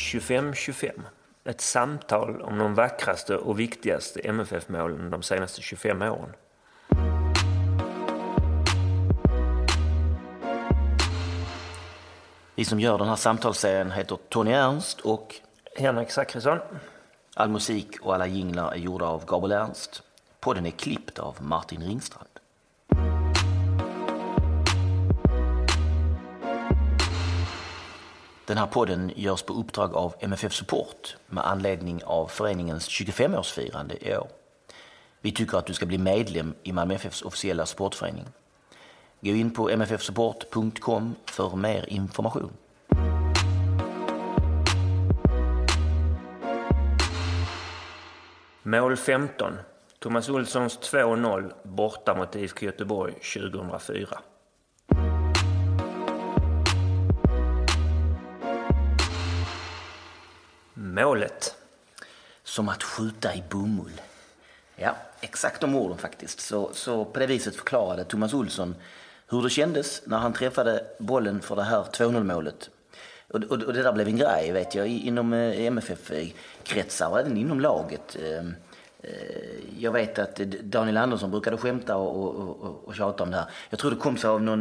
25-25. Ett samtal om de vackraste och viktigaste MFF-målen de senaste 25 åren. Vi som gör den här samtalsserien heter Tony Ernst och Henrik Zachrisson. All musik och alla jinglar är gjorda av Gabriel Ernst. Podden är klippt av Martin Ringstrand. Den här podden görs på uppdrag av MFF Support med anledning av föreningens 25-årsfirande i år. Vi tycker att du ska bli medlem i Malmö FFs officiella supportförening. Gå in på mffsupport.com för mer information. Mål 15. Thomas Olssons 2-0 borta mot IFK Göteborg 2004. Målet. Som att skjuta i bomull. Ja, exakt de orden faktiskt. Så på det viset förklarade Thomas Olsson hur det kändes när han träffade bollen för det här 2-0-målet. Och det där blev en grej, vet jag, inom MFF-kretsar och även inom laget. Jag vet att Daniel Andersson brukade skämta och tjata om det här. Jag tror det kom sig av någon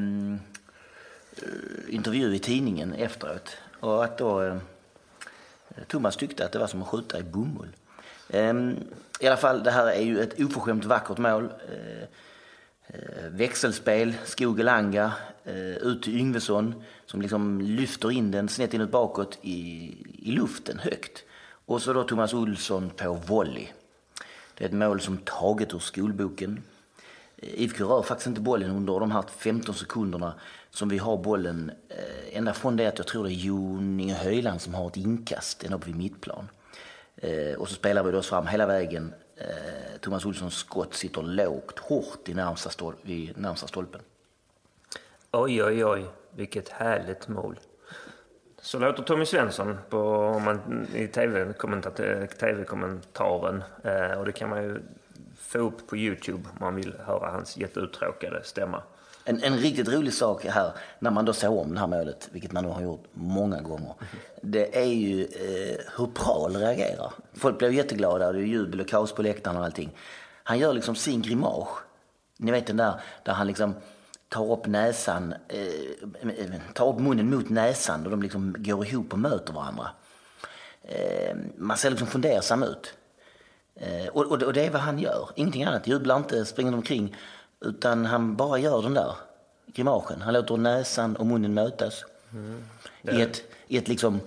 intervju i tidningen efteråt. Och att då Thomas tyckte att det var som att skjuta i bomull. I alla fall, det här är ju ett oförskämt vackert mål. Växelspel, Skogelanga ut till Yngvesson som liksom lyfter in den snett inåt bakåt i luften högt. Och så då Thomas Olsson på volley. Det är ett mål som taget ur skolboken. IFK rör faktiskt inte bollen under de här 15 sekunderna som vi har bollen ända från det att jag tror det är Jon Inge Höjland som har ett inkast ända upp vid mittplan. Och så spelar vi oss fram hela vägen. Thomas Olssons skott sitter lågt, hårt i närmsta stolpen. Oj, vilket härligt mål. Så låter Tommy Svensson i tv-kommentaren. Och det kan man ju få upp på YouTube om man vill höra hans jätteuttråkade stämma. En riktigt rolig sak här, när man då ser om det här målet, vilket man nu har gjort många gånger, det är ju hur Prahl reagerar. Folk blir jätteglada, det är jubel och kaos på läktaren och allting. Han gör liksom sin grimage. Ni vet den där han liksom tar upp munnen mot näsan och de liksom går ihop och möter varandra. Man ser liksom fundersam ut. Och det är vad han gör. Ingenting annat. Jublar inte, springer omkring. Utan han bara gör den där grimagen. Han låter näsan och munnen mötas. I ett liksom...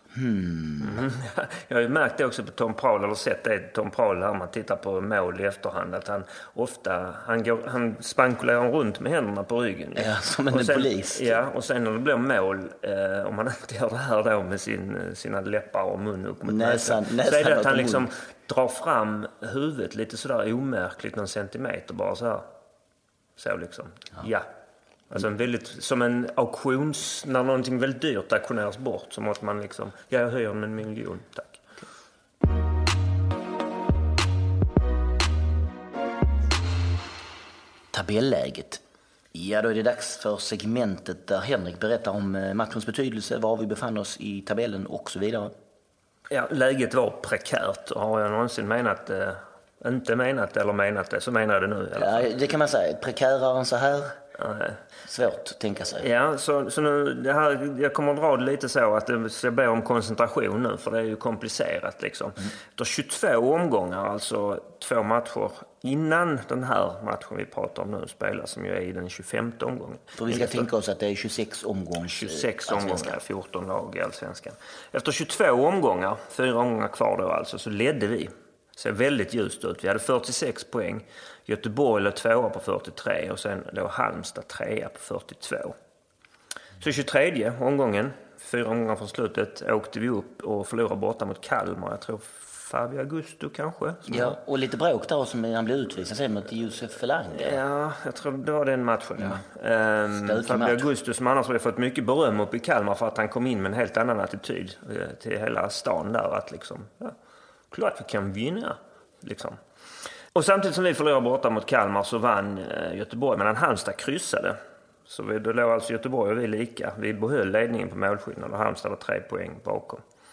Jag har ju märkt det också på Tom Prahl, eller sett det Tom Prahl här, man tittar på mål i efterhand, att han ofta han spankulerar runt med händerna på ryggen. Ja, som en polis. Ja, och sen när det blir mål, om man inte gör det här då med sina läppar och mun upp mot näsan så är det att han liksom drar fram huvudet lite sådär omärkligt, någon centimeter bara så här. Så liksom, ja. Alltså som en auktions, när någonting väldigt dyrt auktioneras bort, så måste man liksom, jag höjer med 1 miljon, tack. Tabelläget. Ja, då är det dags för segmentet där Henrik berättar om matchens betydelse, var vi befann oss i tabellen och så vidare. Ja, läget var prekärt, och har jag någonsin inte menat det, så menar jag det nu. Ja, det kan man säga. Prekärare än så här. Svårt att tänka sig. Ja, så nu, det här, jag kommer att dra det lite så att det ska be om koncentration nu, för det är ju komplicerat liksom. Efter 22 omgångar, alltså 2 matcher innan den här matchen vi pratar om nu spelas, som ju är i den 25:e omgången. För vi ska tänka oss att det är 26 omgångar. 26 omgångar, 14 lag i Allsvenskan. Efter 22 omgångar, 4 omgångar kvar då alltså, så ledde vi. Ser väldigt ljust ut. Vi hade 46 poäng. Göteborg låg 2 på 43 och sen då Halmstad 3 på 42. Så 23:e omgången, 4 omgångar från slutet, åkte vi upp och förlorade borta mot Kalmar. Jag tror Fabio Augusto kanske. Ja, och lite bråk där som han blev utvisad sen mot Josef Felander. Ja, jag tror det var den matchen. Ja. Fabio Augusto, som annars har fått mycket beröm upp i Kalmar för att han kom in med en helt annan attityd till hela stan där, att liksom, ja, klart vi kan vinna liksom. Och samtidigt som vi förlorade borta mot Kalmar så vann Göteborg, medan Halmstad kryssade. Så då låg alltså Göteborg och vi lika. Vi behöll ledningen på målskillnad och Halmstad var 3 poäng bakom.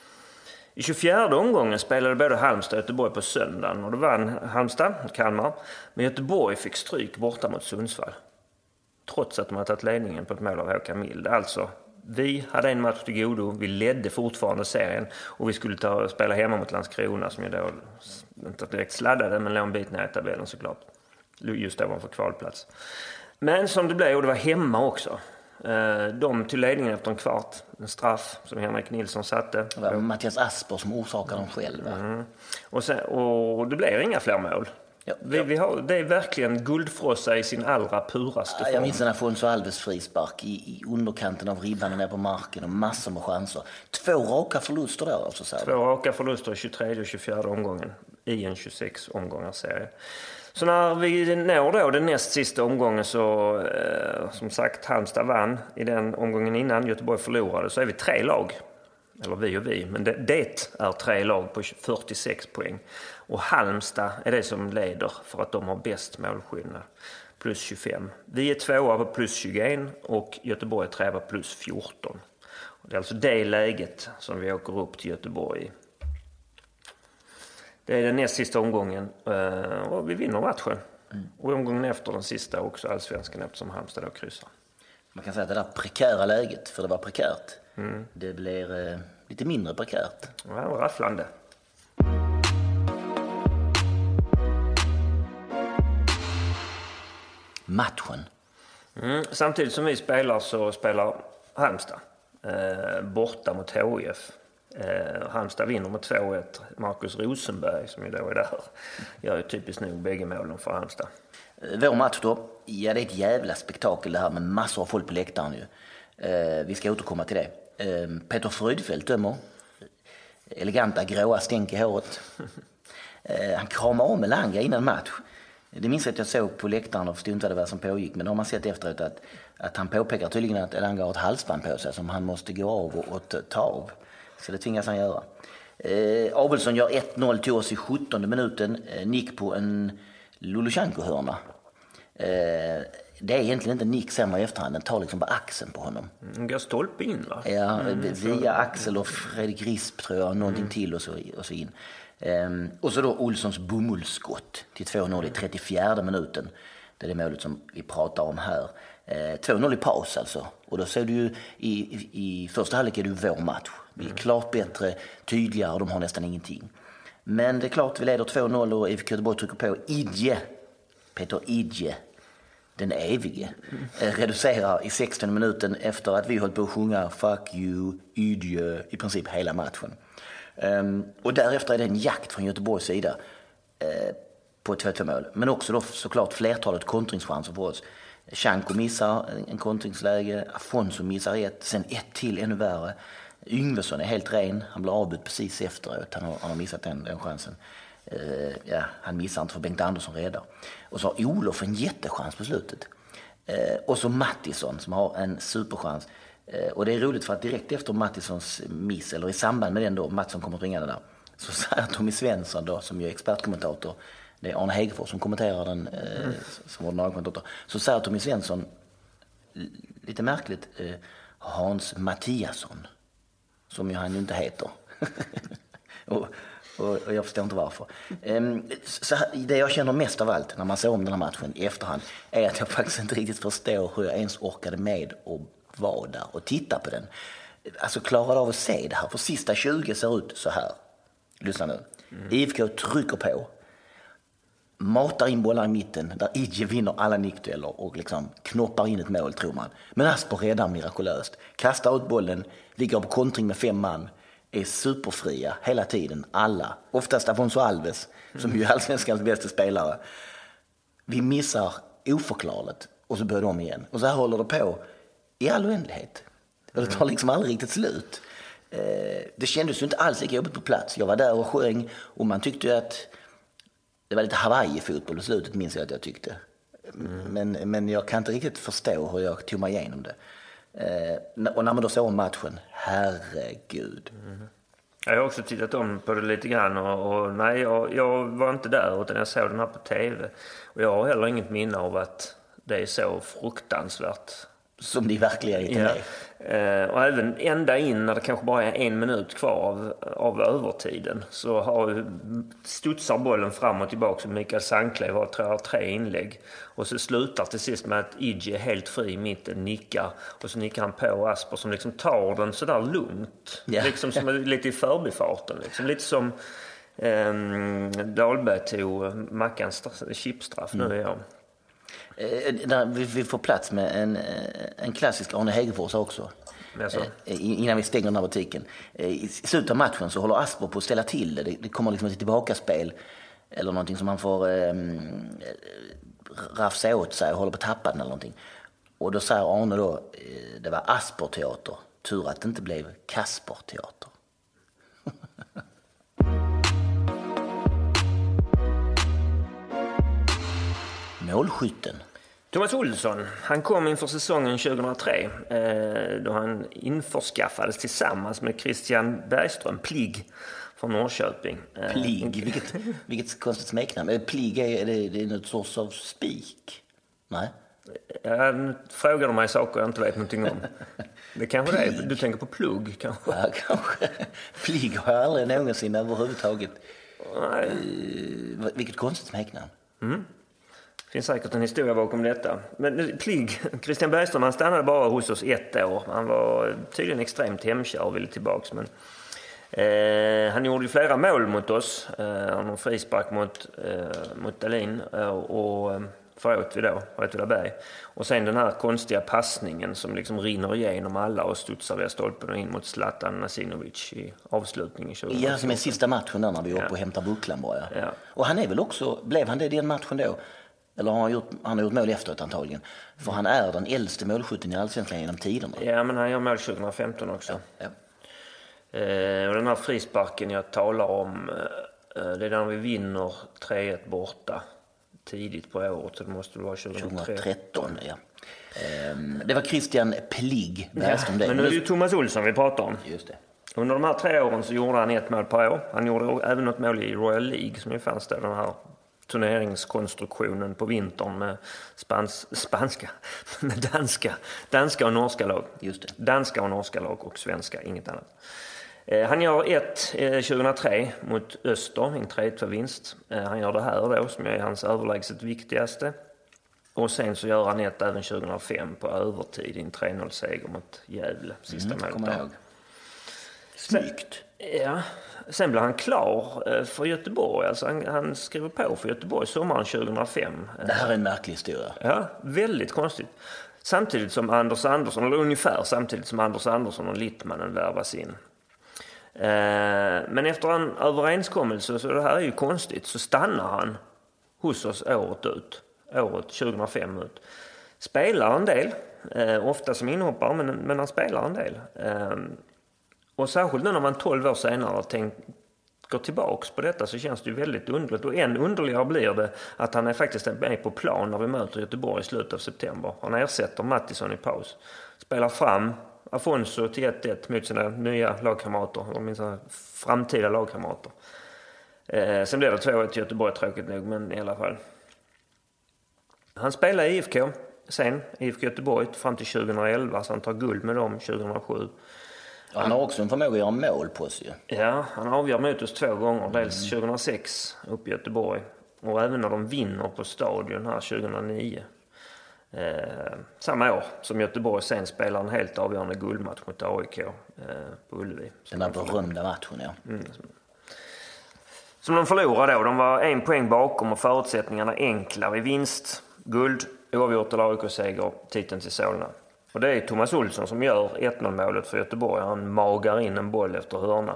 I 24 omgången spelade både Halmstad och Göteborg på söndagen och då vann Halmstad, Kalmar, men Göteborg fick stryk borta mot Sundsvall. Trots att de hade tagit ledningen på ett mål av Håkan Mild. Alltså, vi hade en match till godo, vi ledde fortfarande serien och vi skulle spela hemma mot Landskrona som ju då inte direkt sladdade men låg en bit ner i tabellen såklart. Just ovanför kvalplats. Men som det blev, och det var hemma också. De till ledningen efter en kvart. En straff som Henrik Nilsson satte. Det var Mattias Asper som orsakade dem själv. Och det blev inga fler mål. Ja. Det är verkligen guldfrossa i sin allra puraste form. Jag minns den här Afonso Alves frispark i underkanten av ribban ner på marken och massor med chanser. 2 raka förluster där alltså. 2 raka förluster i 23 och 24 omgången i en 26 omgångar serie. Så när vi når då den näst sista omgången så, som sagt, Halmstad vann i den omgången innan, Göteborg förlorade, så är vi 3 lag. Eller vi, men det är 3 lag på 46 poäng. Och Halmstad är det som leder för att de har bäst målskillnad, plus 25. Vi är 2 på plus 21 och Göteborg är 3 på plus 14. Och det är alltså det läget som vi åker upp till Göteborg i. Det är den näst sista omgången och vi vinner matchen. Och omgången efter den sista också allsvenskan eftersom Halmstad då kryssar. Man kan säga att det där prekära läget, för det var prekärt, det blir lite mindre prekärt. Ja, rafflande. Matchen. Samtidigt som vi spelar så spelar Halmstad borta mot HIF. Halmstad vinner med 2-1. Marcus Rosenberg som ju då är där gör ju typiskt nog bägge målen för Halmstad. Vår match då, ja det är ett jävla spektakel det här med massor av folk på läktaren ju. Vi ska återkomma till det. Peter Fröjdfeldt dömer. Eleganta gråa stänk i håret. Han kramar om Elanga innan match. Det minns att jag såg på läktaren och förstod inte vad det var som pågick. Men då har man sett efteråt att han påpekar tydligen att Elanga har ett halsband på sig som han måste gå av och ta av. Så det tvingas han göra. Abelsson gör 1-0 till oss i 17:e minuten. Nick på en Lulushanko-hörna. Det är egentligen inte Nick sämre i efterhand. Den tar liksom bara axeln på honom. Går stolpe in va? Ja, via Axel och Fredrik Risp tror jag. Någonting till och så in. Och så då Olssons bomullsskott till 2-0 i 34:e minuten. Det är det målet som vi pratar om här. 2-0 i paus alltså. Och då ser du ju i första halvlek är det ju vår match. Vi är klart bättre, tydligare och de har nästan ingenting. Men det är klart vi leder 2-0 och IFK Göteborg trycker på Peter Idje, den evige, reducerar i 16 minuten efter att vi höll på att sjunga Fuck you, Idje i princip hela matchen. Och därefter är det en jakt från Göteborgs sida på ett 2-2-mål. Men också då såklart flertalet kontringschanser för oss. Chanko missar en kontringsläge, Afonso missar ett, sen ett till ännu värre. Yngvesson är helt ren, han blir avbytt precis efteråt, han har missat den chansen. Han missar inte för Bengt Andersson räddar. Och så har Olof en jättechans på slutet. Och så Mattisson som har en superchans. Och det är roligt för att direkt efter Mattissons miss, eller i samband med den då, Mattisson kommer ringande där, så säger Tommy Svensson då, som är expertkommentator, det är Arne Hägerfors som kommenterar den som ordinarie kommentator, så säger Tommy Svensson, lite märkligt, Hans Mattiasson, som ju han ju inte heter. och jag förstår inte varför. Så det jag känner mest av allt när man ser om den här matchen i efterhand är att jag faktiskt inte riktigt förstår hur jag ens orkade med att vara där och titta på den. Alltså klarade av att se det här. För sista 20 ser ut så här. Lyssna nu. IFK trycker på. Matar in bollar i mitten där Idje vinner alla nickdueller och liksom knoppar in ett mål tror man. Men Asper räddar mirakulöst. Kastar ut bollen, ligger på kontring med 5 man. Är superfria hela tiden, alla. Oftast Afonso Alves, som ju är allsvenskans bästa spelare. Vi missar oförklarligt och så börjar de igen. Och så här håller det på i all oändlighet. Och det tar liksom aldrig riktigt slut. Det kändes ju inte alls lika jobbigt på plats. Jag var där och sjöng och man tyckte att det var lite Hawaii-fotboll i slutet, minns jag att jag tyckte. Men jag kan inte riktigt förstå hur jag tog mig igenom det. Och när man då såg matchen, herregud. Jag har också tittat om på det lite grann och nej, jag var inte där utan jag såg den här på tv. Och jag har heller inget minne av att det är så fruktansvärt Som de verkligheten är. Och även ända in när det kanske bara är 1 minut kvar av övertiden så studsar bollen fram och tillbaka. Så Mikael Sandklev har 3 inlägg. Och så slutar till sist med att Iggy är helt fri i mitten, nickar. Och så nickar han på Asper som liksom tar den sådär lugnt. Yeah. Liksom som lite i förbifarten. Liksom. Lite som Dahlberg tog Mackans chipstraff nu i år. Vi får plats med en klassisk Arne Hegerfors också. Innan vi stänger den här butiken. I slutet av matchen så håller Asper på att ställa till det. Det kommer liksom ett tillbakaspel eller någonting som man får rafsa åt sig och håller på att tappa den eller någonting. Och då säger Arne då, det var Asper-teater. Tur att det inte blev Kasper-teater. Målskytten. Thomas Olsson, han kom inför säsongen 2003 då han införskaffades tillsammans med Christian Bergström, Pligg från Norrköping. Pligg, vilket konstigt smeknamn. Pligg är det något sorts av spik? Nej. Nu frågar de mig saker jag inte vet någonting om. Det kanske det är. Du tänker på plugg kanske? Ja, kanske. Pligg har jag aldrig någonsin överhuvudtaget. Nej. Vilket konstigt smeknamn. Det finns säkert en historia bakom detta. Men Pligg, Christian Bergström, han stannade bara hos oss 1 år. Han var tydligen extremt hemkär och ville tillbaks. Men, han gjorde ju flera mål mot oss. Han har frispark mot Dahlin och för Åtvidaberg. Och sen den här konstiga passningen som liksom rinner igenom alla och studsar via stolpen och in mot Zlatan Nasinovic i avslutningen. Ja, som är sista matchen där när vi är uppe och hämtar bucklan bara. Ja. Och han är väl också, blev han det den matchen då? Eller han har gjort mål efteråt antagligen. För han är den äldste målskytten i Allsvenskan genom tiderna. Ja, men han gör mål 2015 också. Ja. Och den här frisparken jag talar om, det är när vi vinner 3-1 borta tidigt på året. Så det måste vara 2013. Ja. Det var Christian Pligg. Men nu är det ju Thomas Olsson vi pratar om. Just det. Under de här 3 åren så gjorde han 1 mål per år. Han gjorde även något mål i Royal League som ju fanns där, den här turneringskonstruktionen på vintern med danska och norska lag. Just det. Danska och norska lag och svenska, inget annat. Han gör 1 2003 mot Öster, en 3-2-vinst. Han gör det här då som är hans överlägset viktigaste. Och sen så gör han 1 även 2005 på övertid i en 3-0-seger mot Gävle. Sista målet. Snyggt. Ja, sen blev han klar för Göteborg. Alltså han skrev på för Göteborg sommaren 2005. Det här är en märklig historia. Ja, väldigt konstigt. Samtidigt som Anders Andersson, eller ungefär samtidigt som Anders Andersson och Littmannen värvas in. Men efter en överenskommelse, så det här är ju konstigt, så stannar han hos oss året 2005 ut. Spelar en del, ofta som inhoppare, men han spelar en del. Och särskilt nu när man 12 år senare går tillbaks på detta så känns det ju väldigt underligt. Och än underligare blir det att han är faktiskt med på plan när vi möter Göteborg i slutet av september. Han ersätter Mattisson i paus. Spelar fram Afonso till 1-1 mot sina nya lagkamrater, eller minst framtida lagkamrater. Sen blev det 2-1 till Göteborg, tråkigt nog, men i alla fall. Han spelar i IFK, sen IFK Göteborg fram till 2011, så han tar guld med dem 2007. Ja, han har också en förmåga att göra mål på sig. Ja, han avgör mot oss 2 gånger. Dels 2006 upp i Göteborg och även när de vinner på stadion här 2009. Samma år som Göteborg sen spelar en helt avgörande guldmatch mot AIK på Ullevi. Den där berömda matchen, ja. Som de förlorade då. De var 1 poäng bakom och förutsättningarna enkla vid vinst, guld, oavgjort eller AIK-seger, titeln till Solna. Och det är Thomas Olsson som gör 1-0-målet för Göteborg. Han magar in en boll efter hörna.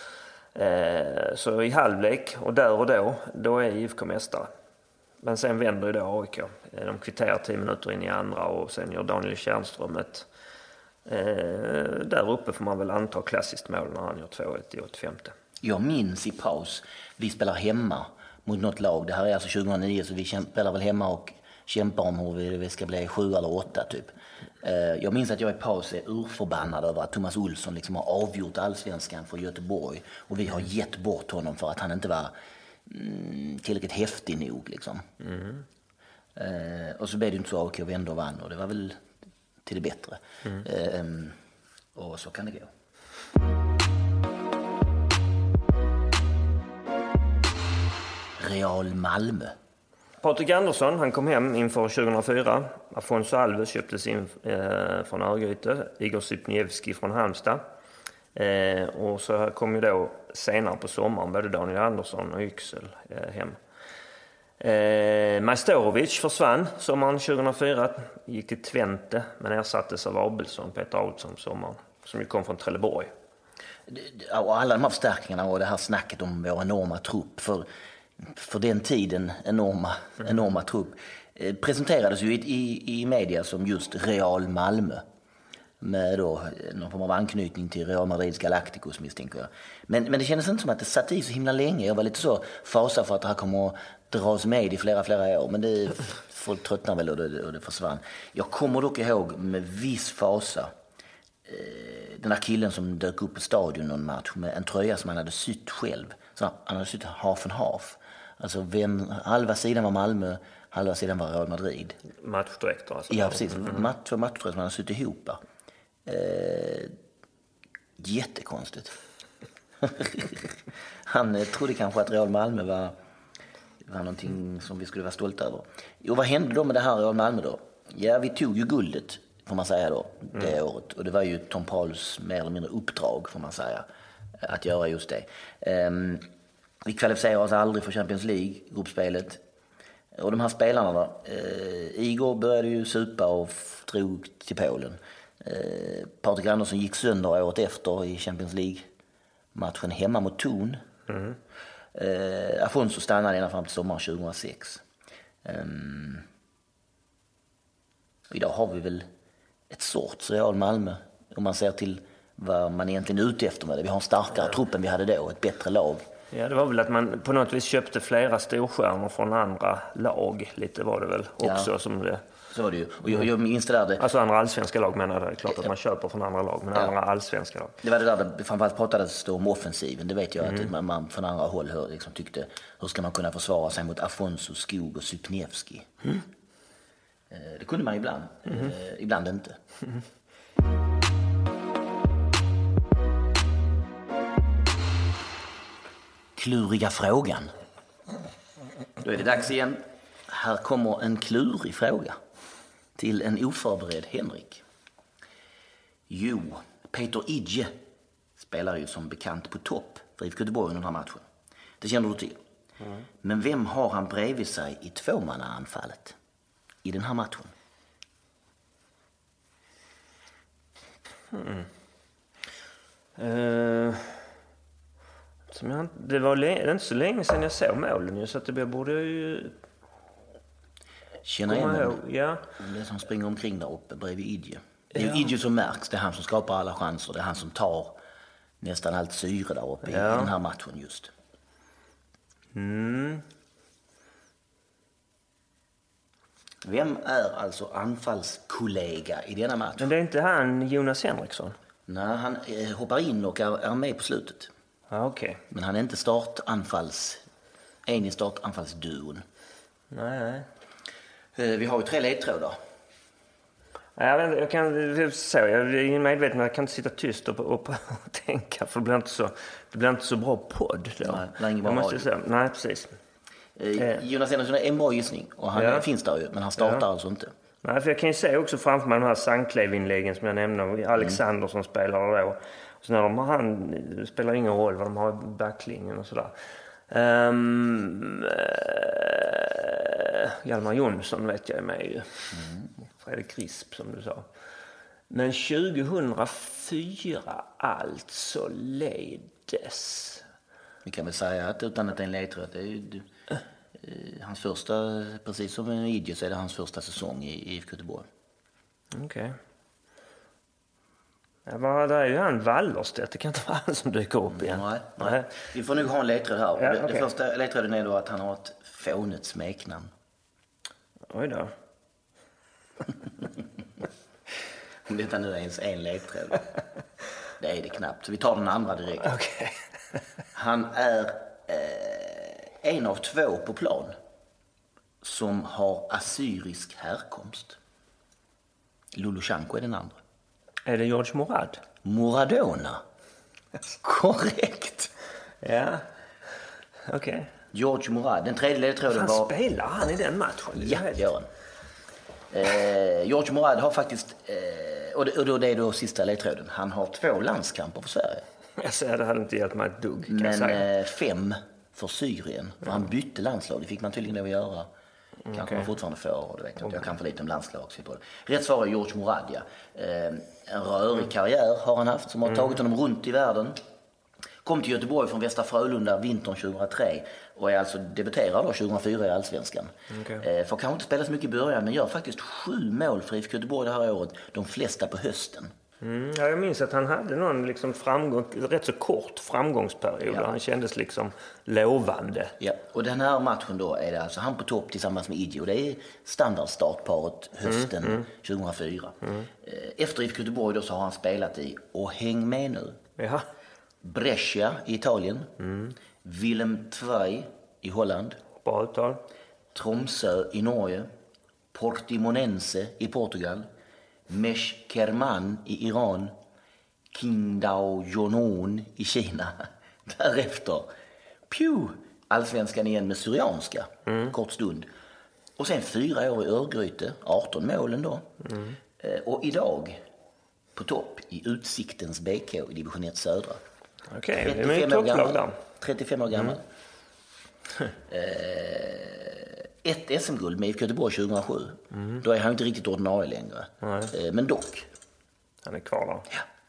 Så i halvlek och då är IFK mästare. Men sen vänder ju då AIK. De kvitterar 10 minuter in i andra och sen gör Daniel Tjärnström ett där uppe får man väl anta klassiskt mål när han gör 2-1 i 85. Jag minns i paus, vi spelar hemma mot något lag. Det här är alltså 2009, så vi spelar väl hemma och kämpar om hur vi ska bli 7 eller 8 typ. Jag minns att jag i paus är urförbannad över att Thomas Olsson liksom har avgjort Allsvenskan för Göteborg och vi har gett bort honom för att han inte var tillräckligt häftig nog liksom. Och så blev det inte så, AIK vände och vann, och det var väl till det bättre. Och så kan det gå. Real Malmö. Patrik Andersson, han kom hem inför 2004. Afonso Alves köptes in från Örgryte. Igor Sypniewski från Halmstad. Och så kom ju då senare på sommaren både Daniel Andersson och Yxel hem. Majstorovic försvann sommaren 2004. Gick till Twente men ersattes av Abelsson, Peter Abelsson sommaren. Som ju kom från Trelleborg. Och alla de här förstärkningarna och det här snacket om vår enorma trupp för den tiden enorma trupp presenterades ju i media som just Real Malmö med då någon form av anknytning till Real Madrids Galacticos misstänker jag. Men det kändes inte som att det satt i så himla länge. Jag var lite så fasad för att det här kommer att dras med i flera år. Men folk tröttnar väl och det försvann. Jag kommer dock ihåg med viss fasa den där killen som dök upp på stadion någon match med en tröja som han hade sytt själv. Så han hade sytt half and half. Alltså halva sidan var Malmö, halva sidan var Real Madrid. Matchdräkter alltså. Ja, precis. Två matchdräkter som han hade sytt ihop. Jättekonstigt. Han trodde kanske att Real Malmö var någonting som vi skulle vara stolta över. Och vad hände då med det här Real Malmö då? Ja, vi tog ju guldet får man säga då, det året. Och det var ju Tom Pauls mer eller mindre uppdrag får man säga att göra just det. Vi kvalificerade oss aldrig för Champions League, gruppspelet. Och de här spelarna då, Igor började ju supa och drog till Polen. Patrik Andersson gick sönder året efter i Champions League-matchen hemma mot Thun. Afonso stannade ända fram till sommaren 2006. Idag har vi väl ett sorts Real Malmö om man ser till vad man egentligen är ute efter med det. Vi har en starkare trupp än vi hade då, ett bättre lag. Ja, det var väl att man på något vis köpte flera storstjärnor från andra lag. Lite var det väl också ja. Som det. Så var det ju. Och jag minns det där. Alltså andra allsvenska lag menar det. Det är klart att man köper från andra lag, men andra allsvenska lag. Det var det där framförallt pratades då om offensiven. Det vet jag att man från andra håll liksom tyckte, hur ska man kunna försvara sig mot Afonso, Skog och Sypniewski? Det kunde man ibland. Ibland inte. Kluriga frågan. Då är det dags igen. Här kommer en klurig fråga till en oförberedd Henrik. Jo, Peter Idje spelar ju som bekant på topp för IFK Göteborg under den här matchen. Det känner du till. Men vem har han bredvid sig i tvåmannaanfallet i den här matchen? Det var inte så länge sedan jag såg målen så att det borde ju känna igen ja. Det är som springer omkring där uppe bredvid Idje. Det är ju Idje som märks, det är han som skapar alla chanser, det är han som tar nästan allt syre där uppe i den här matchen just. Vem är alltså anfallskollega i denna match? Men det är inte han Jonas Henriksson? Nej, han hoppar in och är med på slutet. Okay. Men han är inte en i startanfallsduon. Nej. Vi har ju 3 ledtrådar. Jag är medveten att jag kan inte sitta tyst och tänka för det blir inte så bra podd då. Nej, precis. Jonas Henriksson är en bra gissning och han finns där ju, men han startar alltså inte. Nej, för jag kan ju se också framför mig de här Sanklev-inläggen som jag nämnde, Alexander som spelar då. Så när det spelar ingen roll vad de har i backlinjen och sådär. Hjalmar Jonsson vet jag är med ju. Fredrik Risp som du sa. Men 2004 alltså ledes. Vi kan väl säga att utan att det är en ledtråd, det är ju hans första, precis som en Idje så är det hans första säsong i IFK Göteborg. Okej. Ja, det är ju han Wallerstedt, det kan inte vara han som dyker upp igen. Nej. Vi får nog ha en ledtråd här. Ja, okay. Det första ledtråden är då att han har ett fånigt smeknamn. Oj då. Om detta nu är ens en ledtråd. Det är det knappt. Så vi tar den andra direkt. Okay. Han är en av 2 på plan som har assyrisk härkomst. Lulushanko är den andra. Är det George Morad? Maradona. Korrekt. Ja, okej. George Morad. Den tredje ledtråden var... Spelar han i den matchen? Ja, det gör han. George Morad har faktiskt... och det är då sista ledtråden. Han har 2 landskamper för Sverige. Jag säger det hade inte hjälpt mig ett dugg, kan jag Men säga. 5 för Syrien. För han bytte landslag. Det fick man tydligen lov att göra. Kanske man fortfarande får. Det vet jag inte. Jag kan för lite om landslag. Rätt svar är George Morad, ja. En rörig karriär har han haft som har tagit honom runt i världen. Kom till Göteborg från Västra Frölunda vintern 2003 och är alltså debuterad då 2004 i Allsvenskan. Får kanske inte spela så mycket i början, men gör faktiskt 7 mål för IFK Göteborg det här året. De flesta på hösten. Ja, jag minns att han hade någon liksom rätt så kort framgångsperiod. Han kändes liksom lovande. Ja, och den här matchen då är det alltså han på topp tillsammans med Iggy. Och det är standardstartparet hösten 2004. Efter IFK Göteborg då så har han spelat i, och häng med nu, Ja. Brescia i Italien, Willem II i Holland, Bra uttal. Tromsø i Norge, Portimonense i Portugal, Mesh Kerman i Iran, Qingdao Yonon i Kina. Därefter Allsvenskan igen med Syrianska, kort stund. Och sen 4 år i Örgryte, 18 målen då. Och idag på topp i Utsiktens BK i division 1 södra. Okej, det är ett topplag där. 35 år gammal. Ett SM-guld med IFK Göteborg 2007. Då är han inte riktigt ordinarie längre. Men dock. Han är kvar där.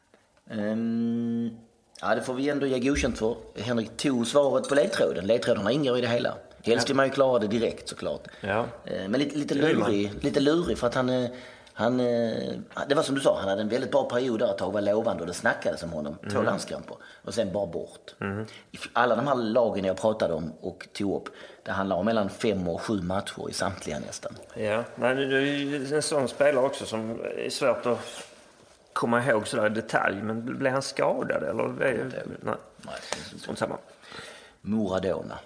Ja, det får vi ändå ge godkänt för. Henrik tog svaret på ledtråden. Ledtrådarna ingår i det hela. Helst vill man ju klara det direkt såklart. Ja. Men lite lurig för att han, det var som du sa, han hade en väldigt bra period där ett tag, var lovande och det snackades om honom. 2 landskamper och sen bara bort. Alla de här lagen jag pratade om och tog upp, det handlar om mellan 5 och 7 matcher i samtliga nästan. Ja, men det är en sån spelare också som är svårt att komma ihåg sådär i detalj. Men blev han skadad eller? Nej, sånt samma. Maradona.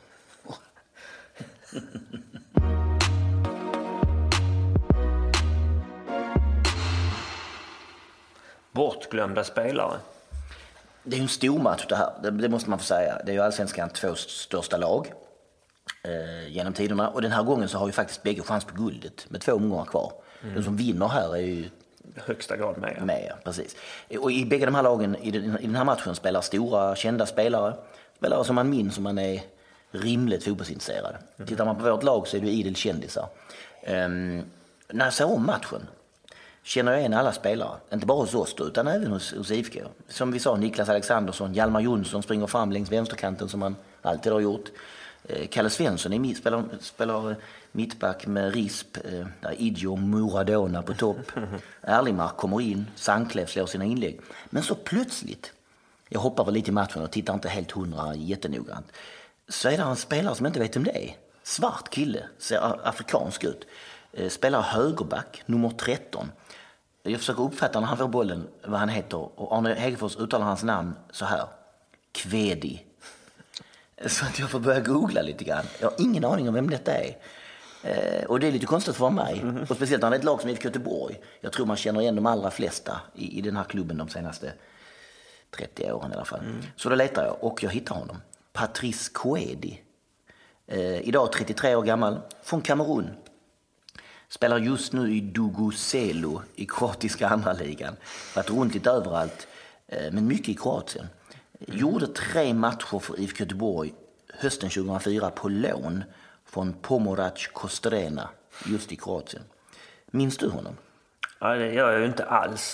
Bortglömda spelare. Det är ju en stor match det här, det måste man få säga. Det är ju Allsvenskan 2 största lag genom tiderna. Och den här gången så har ju faktiskt bägge chans på guldet med 2 omgångar kvar. Den som vinner här är ju högsta grad med. Ja, precis. Och i bägge de här lagen i den här matchen spelar stora, kända spelare som man minns som man är rimligt fotbollsintresserad. Tittar man på vårt lag så är det idel kändisar. När jag ser om matchen känner jag igen alla spelare. Inte bara hos oss då, utan även hos IFK. Som vi sa, Niklas Alexandersson, Hjalmar Jonsson springer fram längs vänsterkanten som han alltid har gjort. Kalle Svensson spelar mittback med risp, där Idjo Maradona på topp. Erlingmark kommer in, Sanklev slår sina inlägg. Men så plötsligt, jag hoppar väl lite i matchen och tittar inte helt 100 jättenoggrant, så är det en spelare som inte vet om det är. Svart kille, ser afrikansk ut. Spelar högerback, nummer 13. Jag försöker uppfatta när han får bollen vad han heter, och Arne Hegerfors uttalar hans namn så här: Kvedi. Så att jag får börja googla lite grann. Jag har ingen aning om vem detta är. Och det är lite konstigt för mig. Och speciellt när det är ett lag som IFK Göteborg. Jag tror man känner igen de allra flesta i den här klubben de senaste 30 åren i alla fall. Så då letar jag och jag hittar honom. Patrice Kvedi. Idag 33 år gammal. Från Kamerun. Spelar just nu i Duguselo i kroatiska andra ligan. Varit runt lite överallt, men mycket i Kroatien. Gjorde 3 matcher för IFK Göteborg hösten 2004 på lån från Pomorac Kostrena just i Kroatien. Minns du honom? Ja, det gör jag ju inte alls.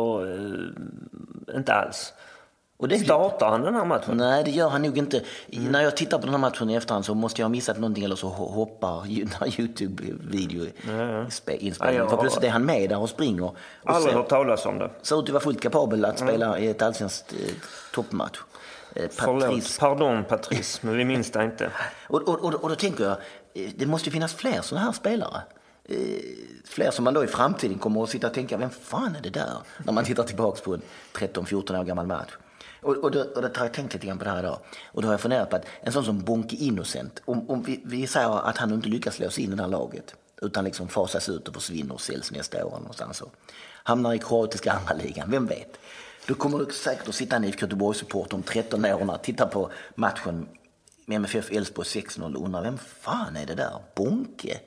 Inte alls. Och det startar han den här matchen? Nej, det gör han nog inte. När jag tittar på den här matchen i efterhand så måste jag ha missat någonting, eller så hoppar YouTube-video inspelningen. För plötsligt är han med där och springer. Aldrig hört talas om det. Så ut att vara fullt kapabel att spela i ett allsvenskt toppmatch. Pardon Patrice, men vi minns det inte. Och då tänker jag, det måste finnas fler sådana här spelare. Fler som man då i framtiden kommer att sitta och tänka, vem fan är det där? När man tittar tillbaka på en 13-14 år gammal match. Och då har jag tänkt lite grann på det här idag. Och då har jag funderat på att en sån som Bonke Innocent, om vi säger att han inte lyckas slå sig in i det här laget. utan liksom fasas ut och försvinner och säljs nästa år någonstans. Hamnar i kroatiska andra ligan, vem vet? Då kommer du säkert att sitta en IFK Göteborg-support om 13 år och titta på matchen med MFF Elfsborg 6-0 och undrar, vem fan är det där? Bonke?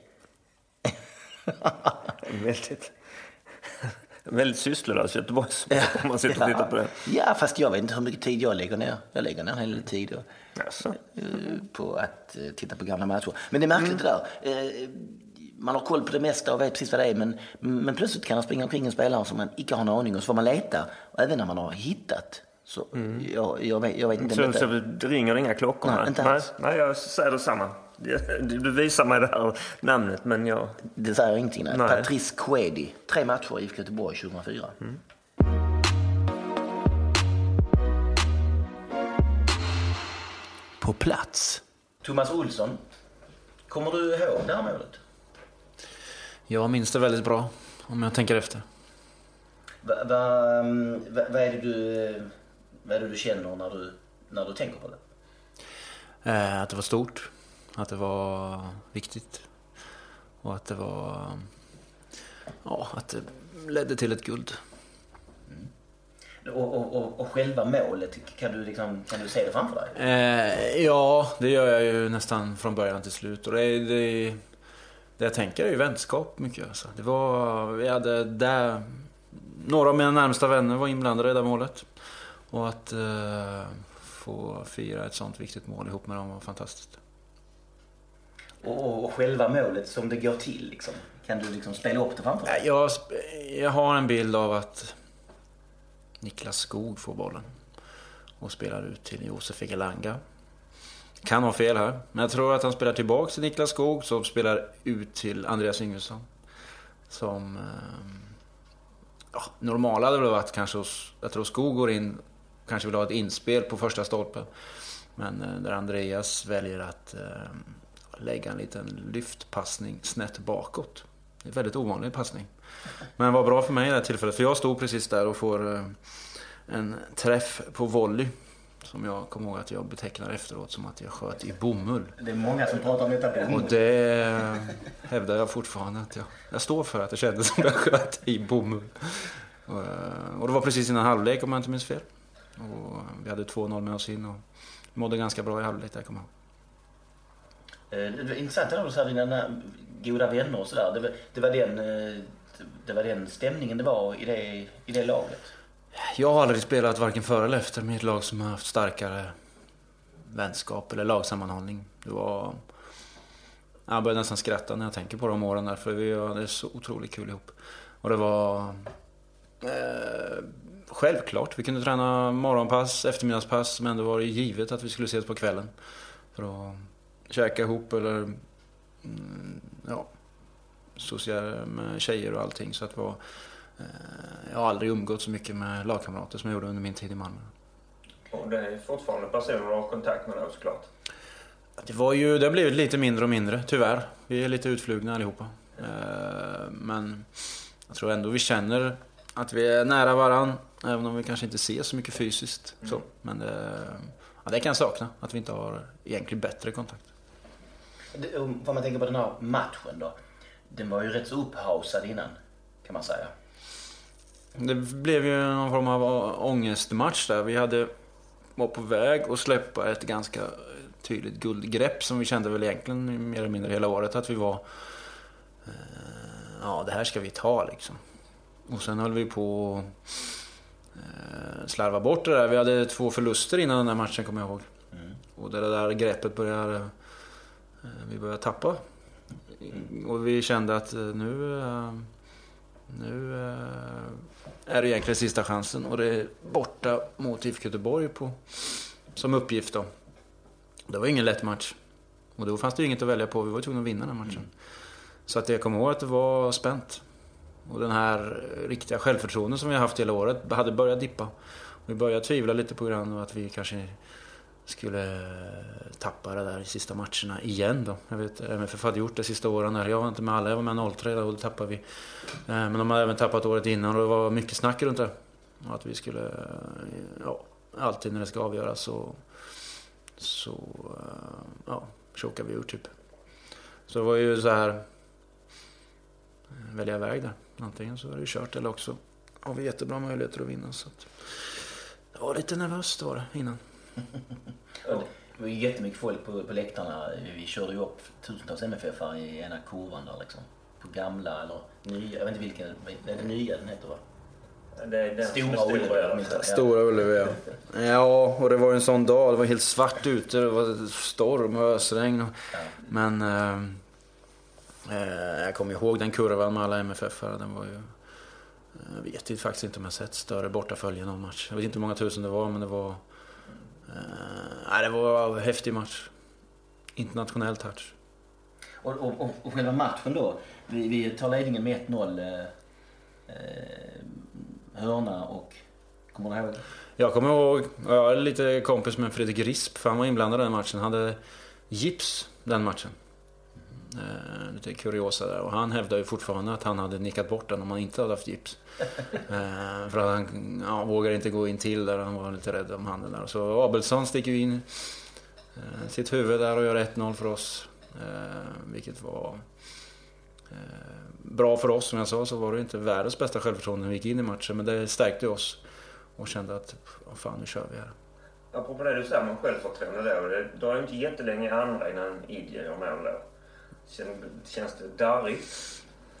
Väldigt sysslolös Göteborgsupport om man sitter och tittar på det. Ja, fast jag vet inte hur mycket tid jag lägger ner. Jag lägger ner en hel tid på att titta på gamla matcher. Men det är märkligt det där. Man har koll på det mesta och vet precis vad det är, men plötsligt kan man springa omkring en spelare som man inte har en aning om, så får man leta. Och även när man har hittat, så jag vet inte. Så det ringer inga klockor? Nej, inte alls. Nej, jag säger detsamma. Du visar mig det här namnet, men jag... Det säger ingenting. Nej. Patrice Quedi, 3 matcher i IFK Göteborg 2004. På plats. Thomas Olsson, kommer du ihåg det här målet? Jag minns det väldigt bra, om jag tänker efter. Vad är det du känner när du tänker på det? Att det var stort, att det var viktigt och att det var att det ledde till ett guld. Och själva målet, kan du se det framför dig? Ja, det gör jag ju nästan från början till slut. Och det jag tänker är ju vänskap mycket. Alltså. Vi hade där, några av mina närmsta vänner var inblandade i det målet. Och att få fira ett sånt viktigt mål ihop med dem var fantastiskt. Och själva målet som det går till, liksom. Kan du spela upp det framför dig? Jag har en bild av att Niklas Skog får bollen och spelar ut till Josef Egelanga. Kan ha fel här, men jag tror att han spelar tillbaka till Niklas Skog, som spelar ut till Andreas Yngvesson. Som normala hade det varit kanske, jag tror Skog går in, kanske vill ha ett inspel på första stolpen. Men där Andreas väljer att lägga en liten lyftpassning snett bakåt. Det är en väldigt ovanlig passning. Men var bra för mig i det här tillfället, för jag stod precis där och får en träff på volley. Som jag kommer ihåg att jag betecknar efteråt som att jag sköt i bomull. Det är många som pratar om detta bomull. Och det hävdar jag fortfarande att jag står för, att det kändes som att jag sköt i bomull. Och det var precis innan halvlek, om jag inte minns fel. Och vi hade 2-0 med oss in och mådde ganska bra i halvlek där, kommer jag ihåg. Det var intressant att du sa dina goda vänner och sådär. Det var den stämningen det var i det laget. Jag har aldrig spelat varken före eller efter med ett lag som har haft starkare vänskap eller lagsammanhållning. Jag börjar nästan skratta när jag tänker på de åren där, för vi hade så otroligt kul ihop. Och det var självklart. Vi kunde träna morgonpass, eftermiddagspass, men det var givet att vi skulle ses på kvällen för att käka ihop eller sociala med tjejer och allting. Så att jag har aldrig umgått så mycket med lagkamrater som jag gjorde under min tid i Malmö. Och det är fortfarande personer du har kontakt med då, såklart? Det har blivit lite mindre och mindre, tyvärr. Vi är lite utflugna allihopa. Men jag tror ändå vi känner att vi är nära varann, även om vi kanske inte ser så mycket fysiskt. Så. Men det kan jag sakna, att vi inte har egentligen bättre kontakt. Vad man tänker på den här matchen då, den var ju rätt så upphausad innan, kan man säga. Det blev ju någon form av ångestmatch där. Vi var på väg att släppa ett ganska tydligt guldgrepp som vi kände väl egentligen mer eller mindre hela året, att vi var det här ska vi ta liksom. Och sen höll vi på slarva bort det där. Vi hade 2 förluster innan den här matchen, kommer jag ihåg. Och det där greppet vi började tappa. Och vi kände att nu är det egentligen sista chansen, och det är borta mot IFK Göteborg som uppgift då. Det var ingen lätt match, och då fanns det inget att välja på. Vi var tvungna att vinna den matchen. Så att jag kommer ihåg att det var spänt, och den här riktiga självförtroenden som vi har haft hela året hade börjat dippa. Vi började tvivla lite på grann, och att vi kanske skulle tappa det där i sista matcherna igen då. Jag vet, MFF hade gjort det sista åren där. Jag var inte med alla, jag var med 03 och då tappade vi. Men de hade även tappat året innan, och det var mycket snack runt det. Och att vi skulle, alltid när det ska avgöras så chokade vi ur typ. Så det var ju så här, välja väg där. Antingen så är det ju kört eller också har vi jättebra möjligheter att vinna. Så att det var lite nervöst var det innan. Det var ju jättemycket folk på läktarna. Vi körde ju upp tusentals MFF-are i ena kurvan där liksom. På gamla eller nya, jag vet inte vilken, är det nya den heter va? Det är den Stora Ullevi. Stora Ullevi, ja. Ja, och det var ju en sån dag. Det var helt svart ute. Det var storm och ösregn. Men jag kommer ihåg den kurvan med alla MFF-are. Den var ju... Jag vet faktiskt inte om jag sett större bortafölje någon match. Jag vet inte hur många tusen det var, men det var... det var en häftig match. Internationell touch. Och själva matchen då. Vi tar ledningen med 1-0. Hörna och... Kommer du ihåg? Jag kommer ihåg... Jag är lite kompis med Fredrik Risp. För han var inblandad i den matchen. Han hade gips den matchen. Lite kuriosa där. Och han hävdade ju fortfarande att han hade nickat bort den om han inte hade haft gips. För att han vågade inte gå in till där. Han var lite rädd om handen där. Så Abelsson sticker ju in sitt huvud där och gör 1-0 för oss. Vilket var bra för oss. Som jag sa så var det inte världens bästa självförtroende när vi gick in i matchen. Men det stärkte oss och kände att fan, nu kör vi här. Apropå det du säger med självförtroende då. Det drar ju inte jättelänge i andra innan Idje gör mål då. Känns det darrigt?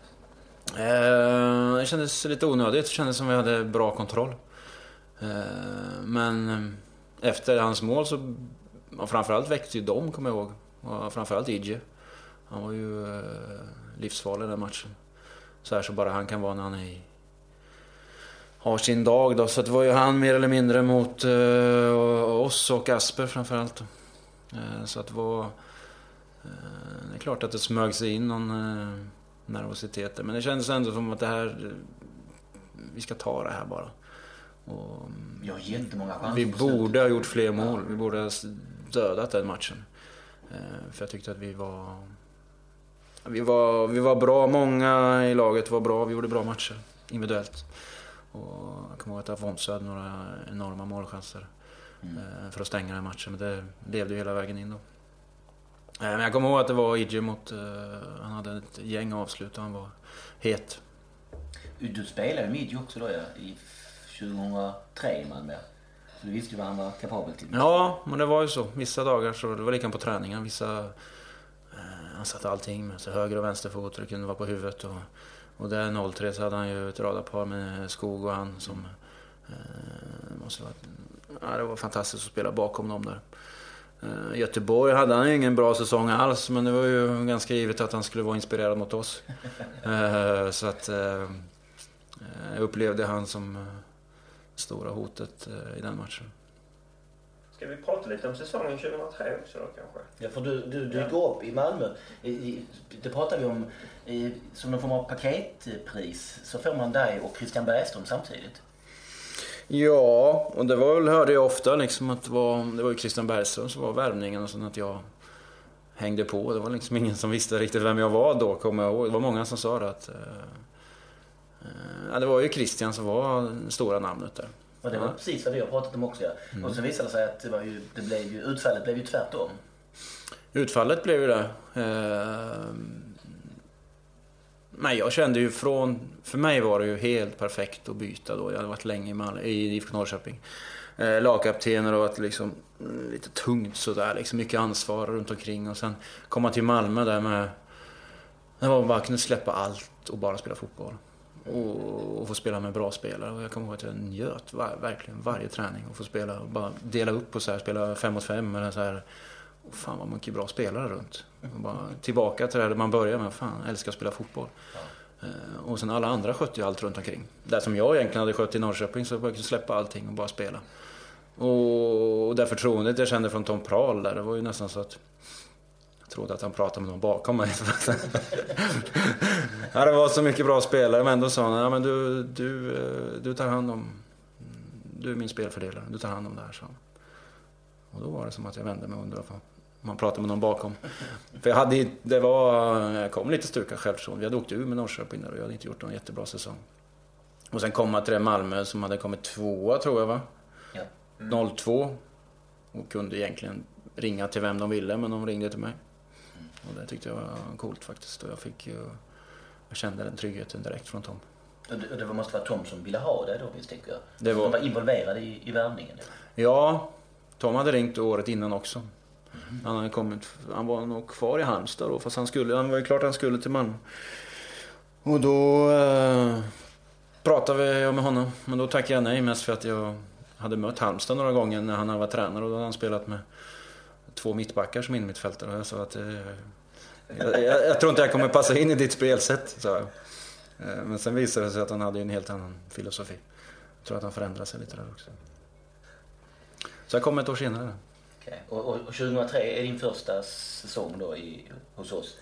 Det kändes lite onödigt. Det kändes som vi hade bra kontroll. Men efter hans mål så... Framförallt väckte ju de, kommer jag ihåg. Och framförallt Idje. Han var ju livsfarlig i den matchen. Så här så bara han kan vara när han har sin dag då. Så det var ju han mer eller mindre mot oss och Asper framförallt. Så att det var... Det är klart att det smög sig in någon nervositet. Men det kändes ändå som att det här... Vi ska ta det här bara. Och vi har jättemånga chanser. Vi borde ha gjort fler mål. Vi borde ha dödat den matchen. För jag tyckte att vi var bra. Många i laget var bra. Vi gjorde bra matcher individuellt. Och jag kommer ihåg att Afonso hade några enorma målchanser för att stänga den matchen. Men det levde ju hela vägen in då. Men jag kommer ihåg att det var Idje mot... Han hade ett gäng avslut och han var het. Du spelade med Idje också då, i 2003 i Malmö. Så du visste ju vad han var kapabel till. Ja, men det var ju så. Vissa dagar så det var lika på träningen. Vissa... Han satte allting med sig. Höger och vänsterfot och det kunde vara på huvudet. Och där 03 så hade han ju ett radarpar med Skog och han som... det var fantastiskt att spela bakom dem där. Göteborg hade han ju ingen bra säsong alls, men det var ju ganska givet att han skulle vara inspirerad mot oss. Så att jag upplevde han som stora hotet i den matchen. Ska vi prata lite om säsongen 2003 också då kanske? Ja, för du går upp i Malmö. Det pratar vi om som någon form av paketpris. Så får man dig och Christian Bergström samtidigt. Ja, och det var väl, hörde jag ofta liksom att det var ju Christian Bergström som var värvningen och så att jag hängde på. Det var liksom ingen som visste riktigt vem jag var då, kommer jag ihåg. Det var många som sa det att det var ju Christian som var det stora namnet där. Och det var precis vad vi har pratat om också. Ja. Och så visade det sig att utfallet blev ju tvärtom. Utfallet blev ju det. Men jag kände ju för mig var det ju helt perfekt att byta då. Jag hade varit länge i IFK Norrköping. Lagkaptener och att liksom lite tungt sådär, liksom mycket ansvar runt omkring och sen komma till Malmö där med det var bara kunna släppa allt och bara spela fotboll och få spela med bra spelare. Och jag kommer ihåg att jag njöt verkligen varje träning och få spela och bara dela upp och så här, spela 5 mot 5 eller så här. Och fan vad mycket bra spelare runt. Och bara tillbaka till det där man börjar med, fan, jag älskar att spela fotboll. Och sen alla andra skötte ju allt runt omkring. Där som jag egentligen hade skött i Norrköping så jag kunde släppa allting och bara spela. Och det förtroendet jag kände från Tom Prahl där, det var ju nästan så att jag trodde att han pratade med någon bakom mig. Ja, det var så mycket bra spelare, men ändå sa han, ja, men du tar hand om, du är min spelfördelare, du tar hand om det här, så. Och då var det som att jag vände mig och undrade om man pratade med någon bakom. För jag kom lite stukad självförtroende. Vi hade åkt ur med Norrköping där och jag hade inte gjort någon jättebra säsong. Och sen kom man till Malmö som hade kommit 2 tror jag, va? Ja. 0-2. Och kunde egentligen ringa till vem de ville, men de ringde till mig. Och det tyckte jag var coolt faktiskt. Och jag jag kände den tryggheten direkt från Tom. Och det måste vara Tom som ville ha det då, misstänker jag. Det var... De var involverade i värvningen. Ja, Tom hade ringt året innan också. Han var nog kvar i Halmstad då, fast han var ju klart han skulle till Malmö. Och då pratade jag med honom, men då tackade jag nej mest för att jag hade mött Halmstad några gånger när han var tränare, och då hade han spelat med 2 mittbackar som innermittfältare, och jag sa att jag tror inte jag kommer passa in i ditt spelsätt, sa jag. Men sen visade det sig att han hade en helt annan filosofi. Jag tror att han förändrade sig lite där också. Så jag kom ett år senare. Okay. Och 2003 är din första säsong då hos oss.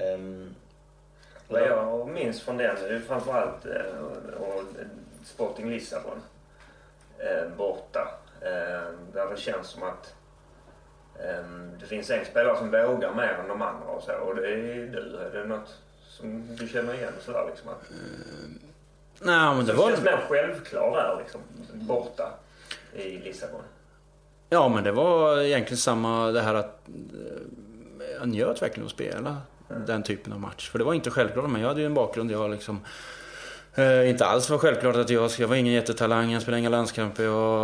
Vad jag minns från den är framförallt Sporting Lissabon borta. Där det känns som att det finns en spelare som vågar mer än de andra och så. Och det är du. Är det något som du känner igen sådär liksom? Nej, men det var... känns mer självklar där liksom, borta i Lissabon. Ja, men det var egentligen samma det här att jag njöt verkligen att spela den typen av match. För det var inte självklart, men jag hade ju en bakgrund. Jag liksom inte alls var självklart att jag var ingen jättetalang, jag spelade inga landskamper.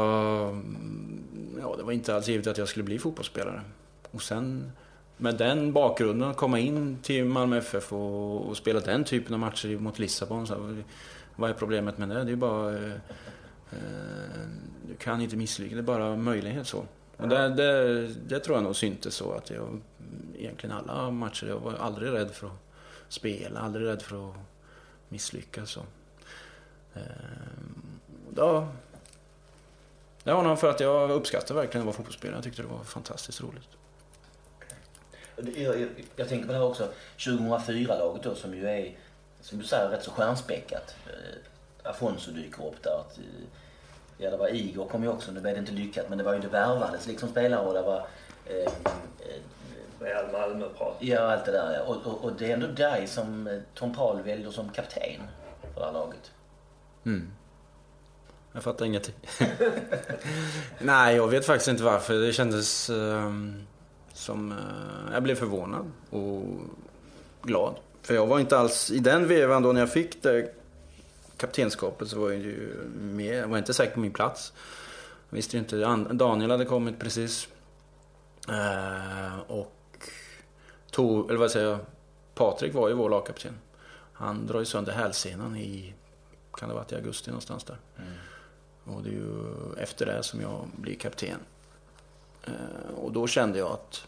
Det var inte alls givet att jag skulle bli fotbollsspelare. Och sen med den bakgrunden att komma in till Malmö FF och spela den typen av matcher mot Lissabon, så vad är problemet med det? Det är ju bara du kan inte misslyckas, det är bara möjlighet så. Och det tror jag nog syntes så att jag egentligen alla matcher, jag var aldrig rädd för att spela, aldrig rädd för att misslyckas så. Det var nog för att jag uppskattade verkligen att vara fotbollsspelare. Jag tyckte det var fantastiskt roligt. Jag tänker på det här också, 2004-laget då, som ju är, som du säger, rätt så stjärnspäckat. Afonso dyker upp där. Ja, det var Igor kom ju också, nu blev det inte lyckat, men det var ju det värvades liksom spelare, och det var Real Malmö-prat. Ja, allt det där. Ja. Och det är ändå dig som Tom Paul väljer som kapten för det här laget. Jag fattar ingenting. Nej, jag vet faktiskt inte varför. Det kändes som... jag blev förvånad och glad. För jag var inte alls... I den vevan då när jag fick det kaptenskapet, så var jag ju med. Jag var inte säker på min plats. Jag visste inte. Daniel hade kommit precis. Patrik var ju vår lagkapten. Han drar ju sönder hälsenan kan det ha varit i augusti någonstans där. Och det är ju efter det som jag blir kapten. Och då kände jag att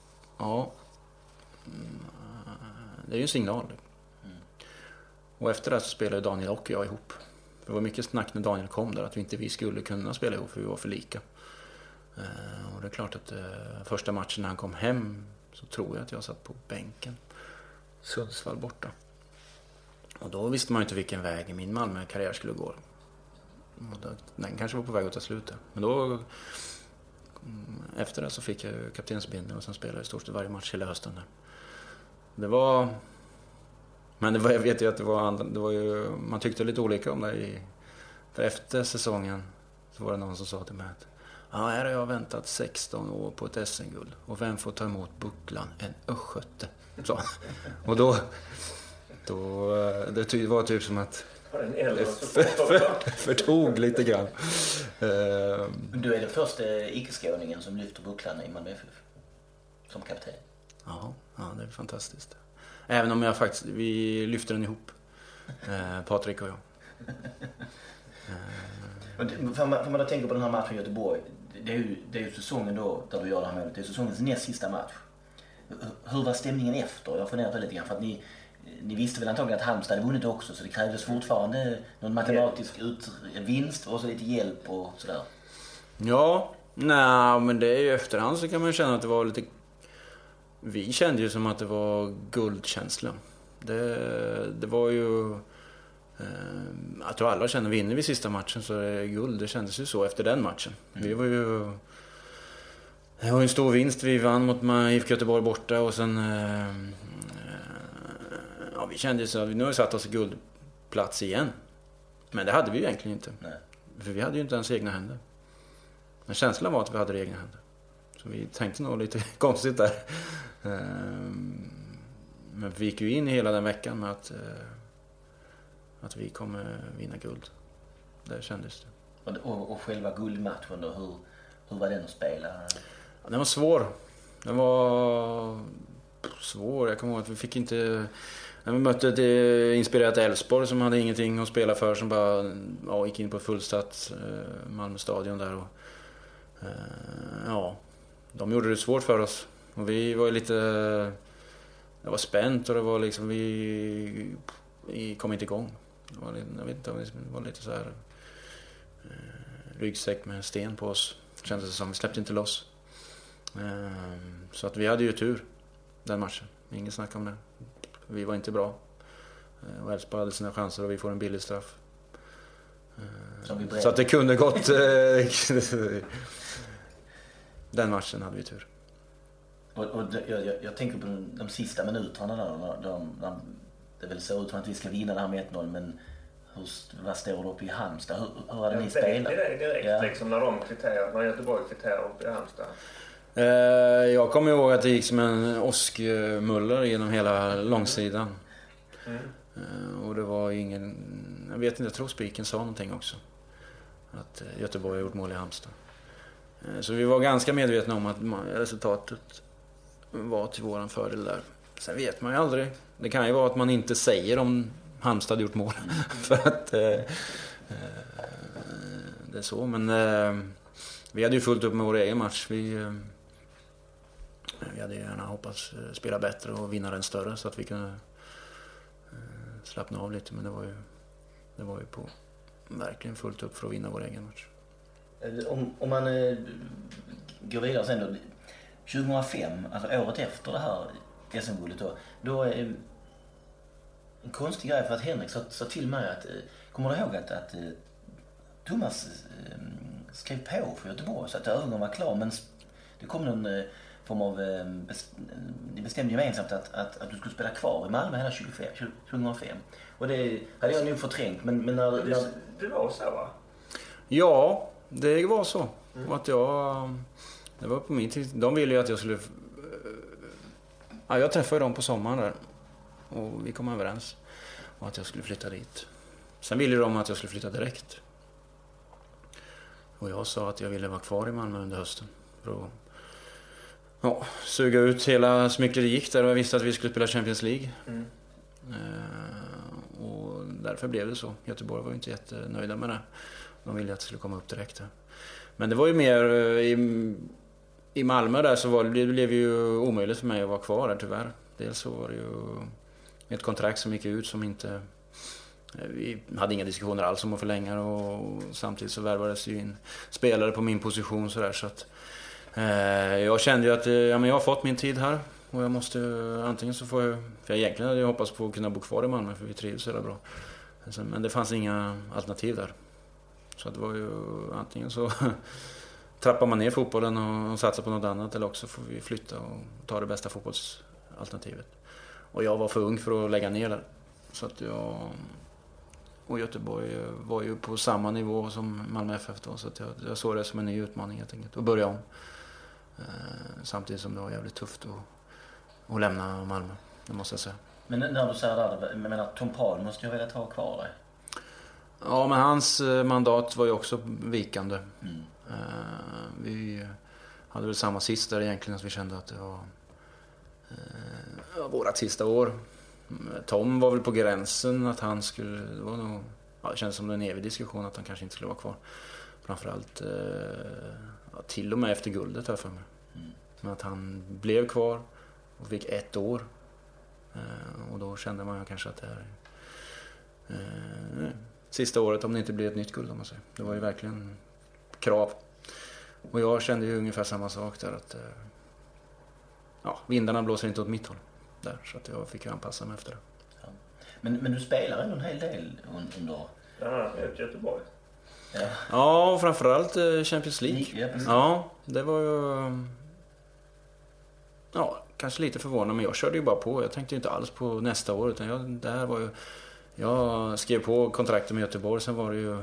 det är ju en signal. Och efter det så spelade Daniel och jag ihop. Det var mycket snack när Daniel kom där att vi skulle kunna spela ihop för vi var för lika. Och det är klart att första matchen när han kom hem så tror jag att jag satt på bänken. Sundsvall borta. Och då visste man inte vilken väg min Malmö-karriär skulle gå. Den kanske var på väg att ta slut. Men då efter det så fick jag kaptensbindeln och sen spelade jag i stort sett varje match hela hösten där. Jag vet ju att det var ju, man tyckte lite olika om det för efter säsongen så var det någon som sa till mig att här har jag väntat 16 år på ett SM-guld och vem får ta emot bucklan? En östgöte. Så. Och då det var typ som att förtog lite grann. Du är den första icke-skåningen som lyfter bucklan i Malmö FF som kapten. Ja, det är fantastiskt. Även om vi lyfter den ihop. Patrik och jag. Får man då tänka på den här matchen i Göteborg. Det är ju säsongen då där du gör det här målet. Det är säsongens näst sista match. Hur var stämningen efter? Jag har funderat på lite grann för att ni visste väl antagligen att Halmstad hade vunnit också, så det krävdes fortfarande någon matematisk vinst och så lite hjälp och sådär. Ja, men det är ju efterhand så kan man känna att det var lite... Vi kände ju som att det var guldkänsla. Det var ju... jag tror alla känner, vinner vi sista matchen så är det guld. Det kändes ju så efter den matchen. Det var ju en stor vinst. Vi vann mot IFK Göteborg borta och sen... vi kände ju så att vi nu har satt oss i guldplats igen. Men det hade vi ju egentligen inte. Nej. För vi hade ju inte ens egna händer. Men känslan var att vi hade egna händer. Så vi tänkte nog lite konstigt där. Men vi gick ju in i hela den veckan med att att vi kommer vinna guld. Det kändes det. Och själva guldmatchen då, hur var den att spela? Ja, den var svår. Den var svår. Jag kommer ihåg att vi fick inte... När vi mötte ett inspirerat Elfsborg som hade ingenting att spela för, som bara gick in på fullsatt Malmö stadion där. Och, de gjorde det svårt för oss. Och vi var lite... Det var spänt och det var liksom... Vi kom inte igång. Det var, jag vet inte, det var lite så här... ryggsäck med sten på oss. Kändes det som. Vi släppte inte loss. Så att vi hade ju tur den matchen. Ingen snack om det. Vi var inte bra. Och Elfsborg hade sina chanser och vi får en billig straff. Så att det kunde gått... Den matchen hade vi tur. Och jag tänker på de sista minuterna där det väl ser ut som att vi ska vinna det här med 1-0, men vad står det uppe i Halmstad? Hur hade ni spelat? Det är direkt liksom när Göteborg kvitterar uppe i Halmstad. Jag kommer ihåg att det gick som en åskmuller genom hela långsidan. Och det var ingen... Jag vet inte, jag tror spiken sa någonting också. Att Göteborg har gjort mål i Halmstad. Så vi var ganska medvetna om att resultatet var till våran fördel där. Sen vet man ju aldrig. Det kan ju vara att man inte säger om Halmstad hade gjort mål. För att det är så. Men vi hade ju fullt upp med vår egen match. Vi hade gärna hoppats spela bättre och vinna den större så att vi kunde slappna av lite. Men det var ju på verkligen fullt upp för att vinna vår egen match. Om man går vidare sen då, 2005, alltså året efter det här SM-guldet då är en konstig grej, för att Henrik sa till mig att, kommer du ihåg att Thomas skrev på för Göteborg så att övergången var klar, men det kom någon form av, ni bestämde gemensamt att du skulle spela kvar i Malmö hela 2005. Och det hade jag nog förträngt, men när... Det var så, va? Ja, det var så. Och att det var på min tid. De ville ju att jag skulle... jag träffade dem på sommaren där. Och vi kom överens om att jag skulle flytta dit. Sen ville de att jag skulle flytta direkt. Och jag sa att jag ville vara kvar i Malmö under hösten. För att suga ut hela så mycket det gick där. Och jag visste att vi skulle spela Champions League. Och därför blev det så. Göteborg var ju inte jättenöjda med det. De ville att jag skulle komma upp direkt. Men det var ju mer i Malmö där, så det blev ju omöjligt för mig att vara kvar där tyvärr. Dels så var det ju ett kontrakt som gick ut som inte... Vi hade inga diskussioner alls om att förlänga, och samtidigt så värvades ju in spelare på min position så där, så att jag kände ju att jag har fått min tid här och jag måste antingen så får jag, för jag egentligen hade jag hoppats på att kunna bo kvar i Malmö för vi trivs så där bra. Men det fanns inga alternativ där. Så det var ju antingen så trappar man ner fotbollen och satsar på något annat, eller också får vi flytta och ta det bästa fotbollsalternativet. Och jag var för ung för att lägga ner där. Så att jag och Göteborg var ju på samma nivå som Malmö FF då, så att jag såg det som en ny utmaning helt enkelt, att börja om. Samtidigt som det var jävligt tufft att lämna Malmö, det måste jag säga. Men när du säger där, jag menar, Tom Paul måste ju vilja ta kvar dig. Ja, men hans mandat var ju också vikande. Vi hade väl samma sist där egentligen, att vi kände att det var vårat sista år. Tom var väl på gränsen att han skulle... Det var nog, det kändes som en evig diskussion att han kanske inte skulle vara kvar. Framförallt till och med efter guldet här för mig. Men att han blev kvar och fick 1 år. Och då kände man kanske att det här sista året, om det inte blir ett nytt guld, om man säger. Det var ju verkligen krav. Och jag kände ju ungefär samma sak där, att vindarna blåser inte åt mitt håll där, så att jag fick ju anpassa mig efter det. Ja. Men du spelar ändå en hel del under... Ja, Göteborg. Ja, framförallt Champions League. Ja, det var ju... kanske lite förvånande, men jag körde ju bara på. Jag tänkte ju inte alls på nästa år, utan jag skrev på kontraktet med Göteborg, sen var det ju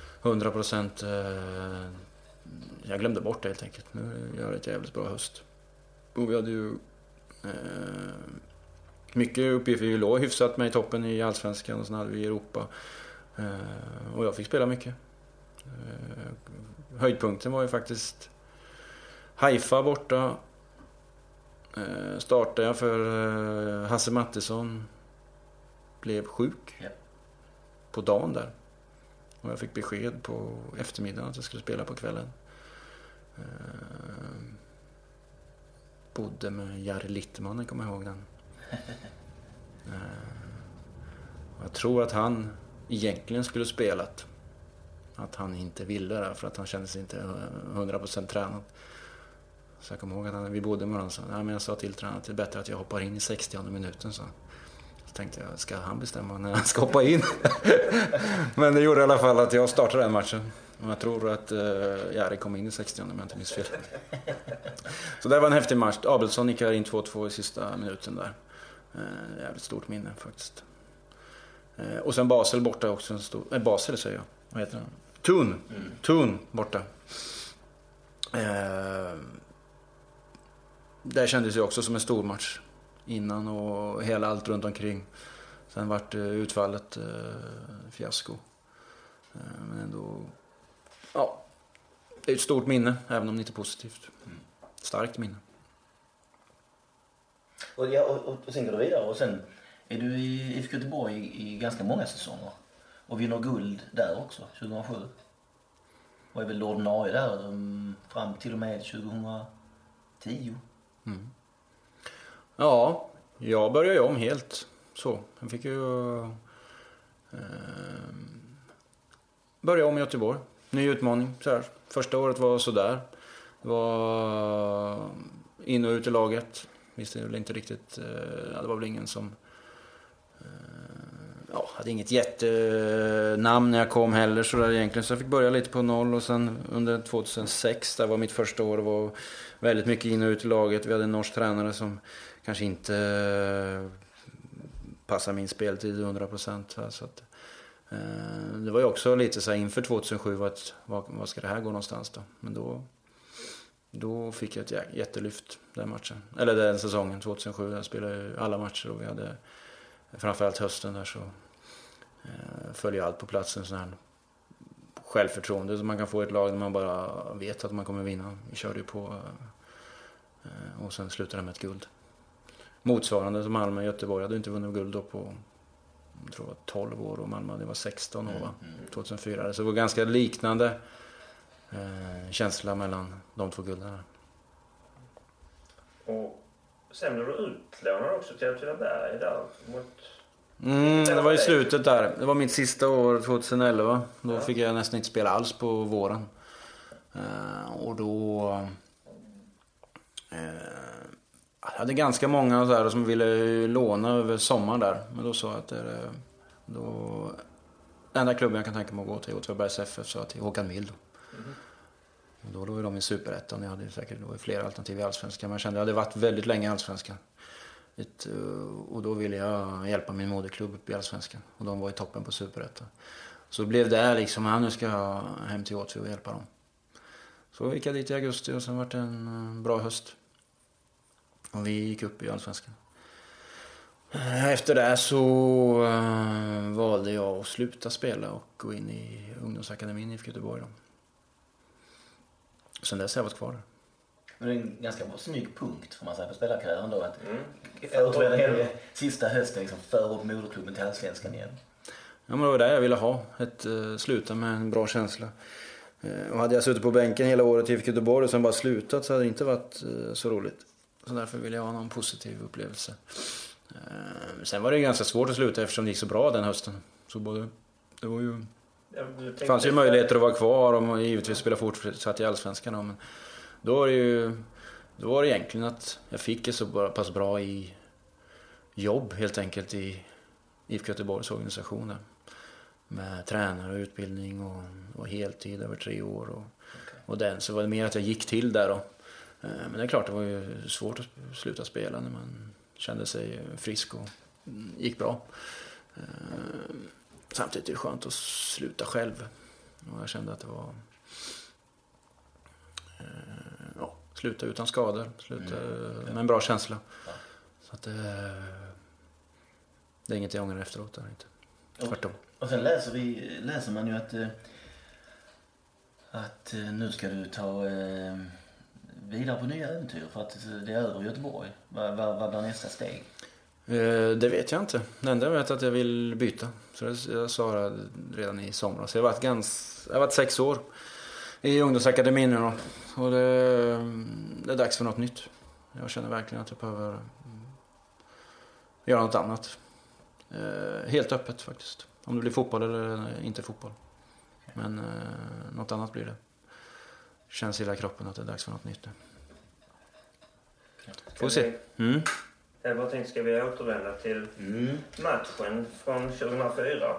100%. Jag glömde bort det helt enkelt. Nu gör jag ett jävligt bra höst. Och vi hade ju mycket uppgifter. Vi låg hyfsat med i toppen i Allsvenskan och sen hade vi i Europa. Och jag fick spela mycket. Höjdpunkten var ju faktiskt Haifa borta. Startade jag för Hasse Mattisson. Blev sjuk på dagen där. Och jag fick besked på eftermiddagen att jag skulle spela på kvällen. Bodde med Jari Litterman, jag kommer ihåg den. Jag tror att han egentligen skulle spelat. Att han inte ville det för att han kände sig inte 100% tränad. Så jag kommer ihåg att vi bodde med honom och sa, men jag sa till tränaren att det är bättre att jag hoppar in i 60:e minuten. Så tänkte jag, ska han bestämma när han ska hoppa in? Men det gjorde i alla fall att jag startade den matchen. Och jag tror att Jari kom in i 60:e om jag inte minns fel. Så det var en häftig match. Abelsson gick in 2-2 i sista minuten där. Jävligt stort minne faktiskt. Och sen Basel borta också. Basel säger jag. Vad heter den? Thun borta. Det kändes ju också som en stor match innan och hela allt runt omkring. Sen vart utfallet fiasko. Men ändå, ja, det är ett stort minne även om det inte är positivt. Starkt minne. Och sen går du vidare och sen är du i IFK Göteborg i ganska många säsonger. Och vinner guld där också, 2007. Och är väl ordinarie där fram till och med 2010. Ja, jag började ju om helt så. Jag fick ju börja om i Göteborg. Ny utmaning. Så här. Första året var sådär. Det var in och ut i laget. Visste väl inte riktigt. Det var väl ingen som hade inget jättenamn när jag kom heller så där egentligen. Så jag fick börja lite på noll och sen under 2006, där var mitt första år, var väldigt mycket in och ut i laget. Vi hade en norsk tränare som kanske inte passade min speltid 100%. Så att, det var ju också lite så här inför 2007 vad ska det här gå någonstans då? Men då fick jag ett jättelyft den matchen. Eller den säsongen 2007. Jag spelade ju alla matcher och vi hade framförallt hösten där så följer allt på platsen, sån här självförtroende som man kan få i ett lag när man bara vet att man kommer vinna. Vi körde ju på och sen slutade med ett guld. Motsvarande som Malmö och Göteborg hade inte vunnit guld då på, jag tror det var 12 år och Malmö det var 16 år 2004. Så det var ganska liknande känsla mellan de två guldarna. Och sen blev du utlånad också till Åtvidaberg där mot... Det var i slutet där. Det var mitt sista år 2011. Då fick jag nästan inte spela alls på våren. Och då... jag hade ganska många så här som ville låna över sommaren där. Men då sa jag att den enda klubben jag kan tänka mig att gå till Åtvidabergs FF, så till Håkan Mild. Då låg de i Superettan. Jag hade säkert flera alternativ i Allsvenskan. Men jag kände att jag hade varit väldigt länge i Allsvenskan. Och då ville jag hjälpa min moderklubb upp i Allsvenskan. Och de var i toppen på Superettan. Så blev det liksom, nu ska jag hem till Åtvid och hjälpa dem. Så gick jag dit i augusti och sen var det en bra höst. Och vi gick upp i Allsvenskan. Efter det så valde jag att sluta spela och gå in i ungdomsakademin i Göteborg. Sen dess har jag varit kvar där. Men det är en ganska snygg punkt får man säga på spelarkarriären då. Jag tror det sista hösten liksom, för upp moderklubben till Allsvenskan igen. Ja, men det var det jag ville ha. Sluta med en bra känsla. Och hade jag suttit på bänken hela året i IFK Göteborg och sen bara slutat så hade det inte varit så roligt. Så därför ville jag ha någon positiv upplevelse. Sen var det ganska svårt att sluta eftersom det gick så bra den hösten. Så det var ju... Det fanns ju möjligheter att vara kvar och givetvis spela fortsatt i Allsvenskan. Men då var det egentligen att jag fick ett så pass bra i jobb helt enkelt i IFK Göteborgs organisation där. Med tränare och utbildning och heltid över 3 år. Och så var det mer att jag gick till där då. Men det är klart det var ju svårt att sluta spela när man kände sig frisk och gick bra. Samtidigt är det skönt att sluta själv. Och jag kände att det var... sluta utan skador. Sluta med en bra känsla. Så att, Det är inget jag ångrar efteråt. Där, inte. Tvärtom. Och sen läser man ju att nu ska du ta vidare på nya äventyr för att det är över Göteborg. Vad blir nästa steg? Det vet jag inte. Det enda jag vet är att jag vill byta. Så jag sa det redan i somras. Jag har varit 6 år i ungdomsakademin nu då. Och det är dags för något nytt. Jag känner verkligen att jag behöver göra något annat. Helt öppet faktiskt. Om det blir fotboll eller inte fotboll. Men något annat blir det. Känns i hela kroppen att det är dags för något nytt nu. Får vi se. Jag bara tänkte, ska vi återvända till matchen från 2004?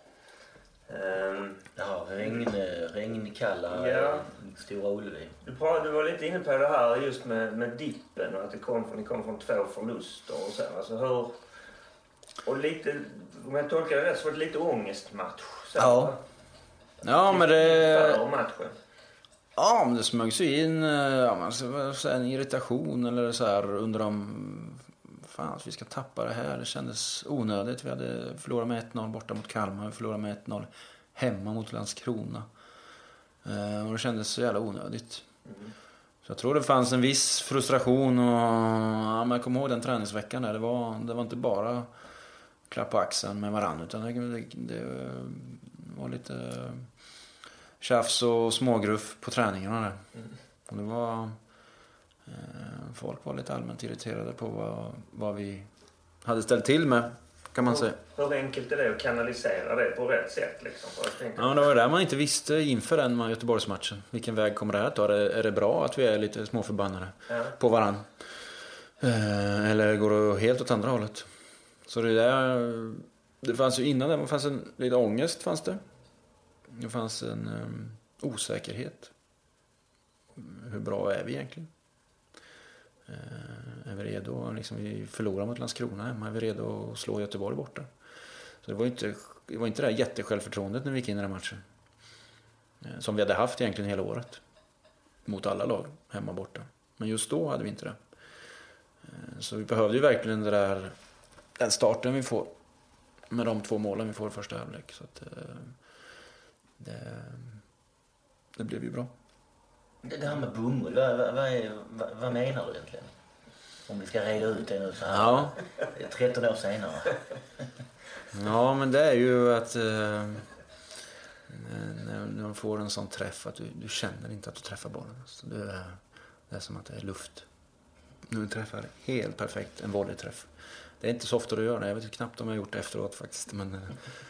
Ja, regnkalla Stora Ullevi. Du var lite inne på det här just med dippen och att ni kom från 2 förluster och så. Alltså och lite, om jag tolkar det rätt så var det lite ångestmatch. Så Ja, men det... För matchen. Ja, men det smög sig in en irritation eller så här under fan, vi ska tappa det här. Det kändes onödigt. Vi hade förlorat med 1-0 borta mot Kalmar. Vi förlorade med 1-0 hemma mot Landskrona. Och det kändes så jävla onödigt. Så jag tror det fanns en viss frustration. Och jag kommer ihåg den träningsveckan där. Det var inte bara klapp på axeln med varann. Utan det var lite tjafs och smågruff på träningarna där. Och det var... Folk var lite allmänt irriterade på vad vi hade ställt till med, kan man säga. Hur enkelt är det att kanalisera det på rätt sätt? Liksom, ja, det var det man inte visste inför den Göteborgsmatchen. Vilken väg kommer det här ta? Är det bra att vi är lite småförbannade på varann? Eller går det helt åt andra hållet? Så det fanns ju innan det fanns en lite ångest, fanns det. Det fanns en osäkerhet. Hur bra är vi egentligen? Är vi redo? Liksom, vi förlorar mot Landskrona hemma. Är vi redo att slå Göteborg borta? Så det var inte det här jättesjälvförtroendet när vi gick in i den matchen. Som vi hade haft egentligen hela året. Mot alla lag hemma borta. Men just då hade vi inte det. Så vi behövde ju verkligen den starten vi får. Med de 2 målen vi får i första halvlek. Så att det blev ju bra. Det här med bomull, vad menar du egentligen? Om vi ska reda ut det nu så här. Ja. 13 år senare. Ja, men det är ju att när man får en sån träff att du känner inte att du träffar bollen. Så det är som att det är luft. Nu träffar helt perfekt en volleyträff. Det är inte så ofta du gör det. Jag vet knappt om jag har gjort det efteråt faktiskt. Men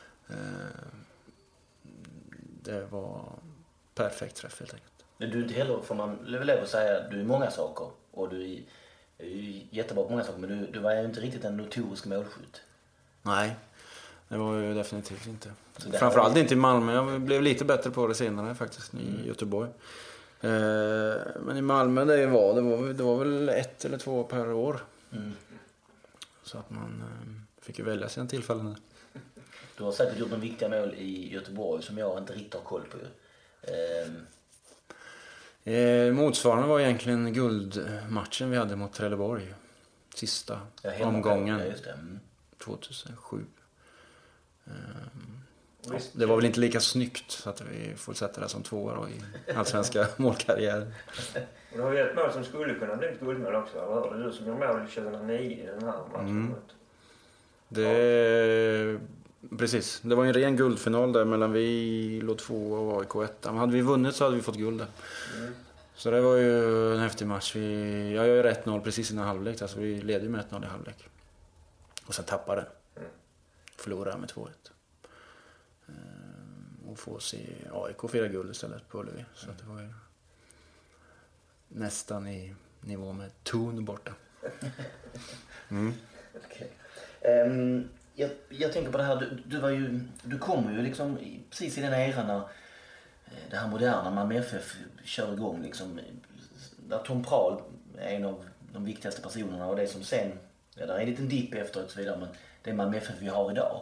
det var perfekt träff helt enkelt. Men du är inte heller, får man leva och säga, du är många saker. Och du är jättebra på många saker. Men du var ju inte riktigt en notorisk målskytt. Nej, det var ju definitivt inte. Framförallt inte i Malmö. Jag blev lite bättre på det senare faktiskt i Göteborg. Men i Malmö det var väl 1 eller 2 per år. Så att man fick ju välja sina tillfällen. Du har säkert gjort en viktiga mål i Göteborg som jag inte riktigt har koll på. Motsvarande var egentligen guldmatchen vi hade mot Trelleborg. Sista omgången. Just det. 2007. Det var väl inte lika snyggt så att vi får sätta det som 2 år i allsvenska målkarriären. Och det har ju ett mål som skulle kunna bli ett guldmål också. Vad hörde du som gjorde mål 2009 i den här matchen? Precis. Det var en ren guldfinal där mellan vi låg 2 och AIK 1. Men hade vi vunnit så hade vi fått guld där. Så det var ju en häftig match. Jag gör ju 1-0 precis innan halvlek. Alltså vi ledde ju med 1-0 i halvlek. Och sen tappade. Förlorade med 2-1. Och få se AIK fira guld istället på Ullevi. Så det var ju nästan i nivå med Thun borta. Okej. Jag tänker på det här, du kommer ju liksom precis i den eran när det här moderna Malmö FF kör igång liksom, där Tom Prahl är en av de viktigaste personerna och det som sen, ja, där är en liten dipp efteråt och så vidare, men det är Malmö FF vi har idag.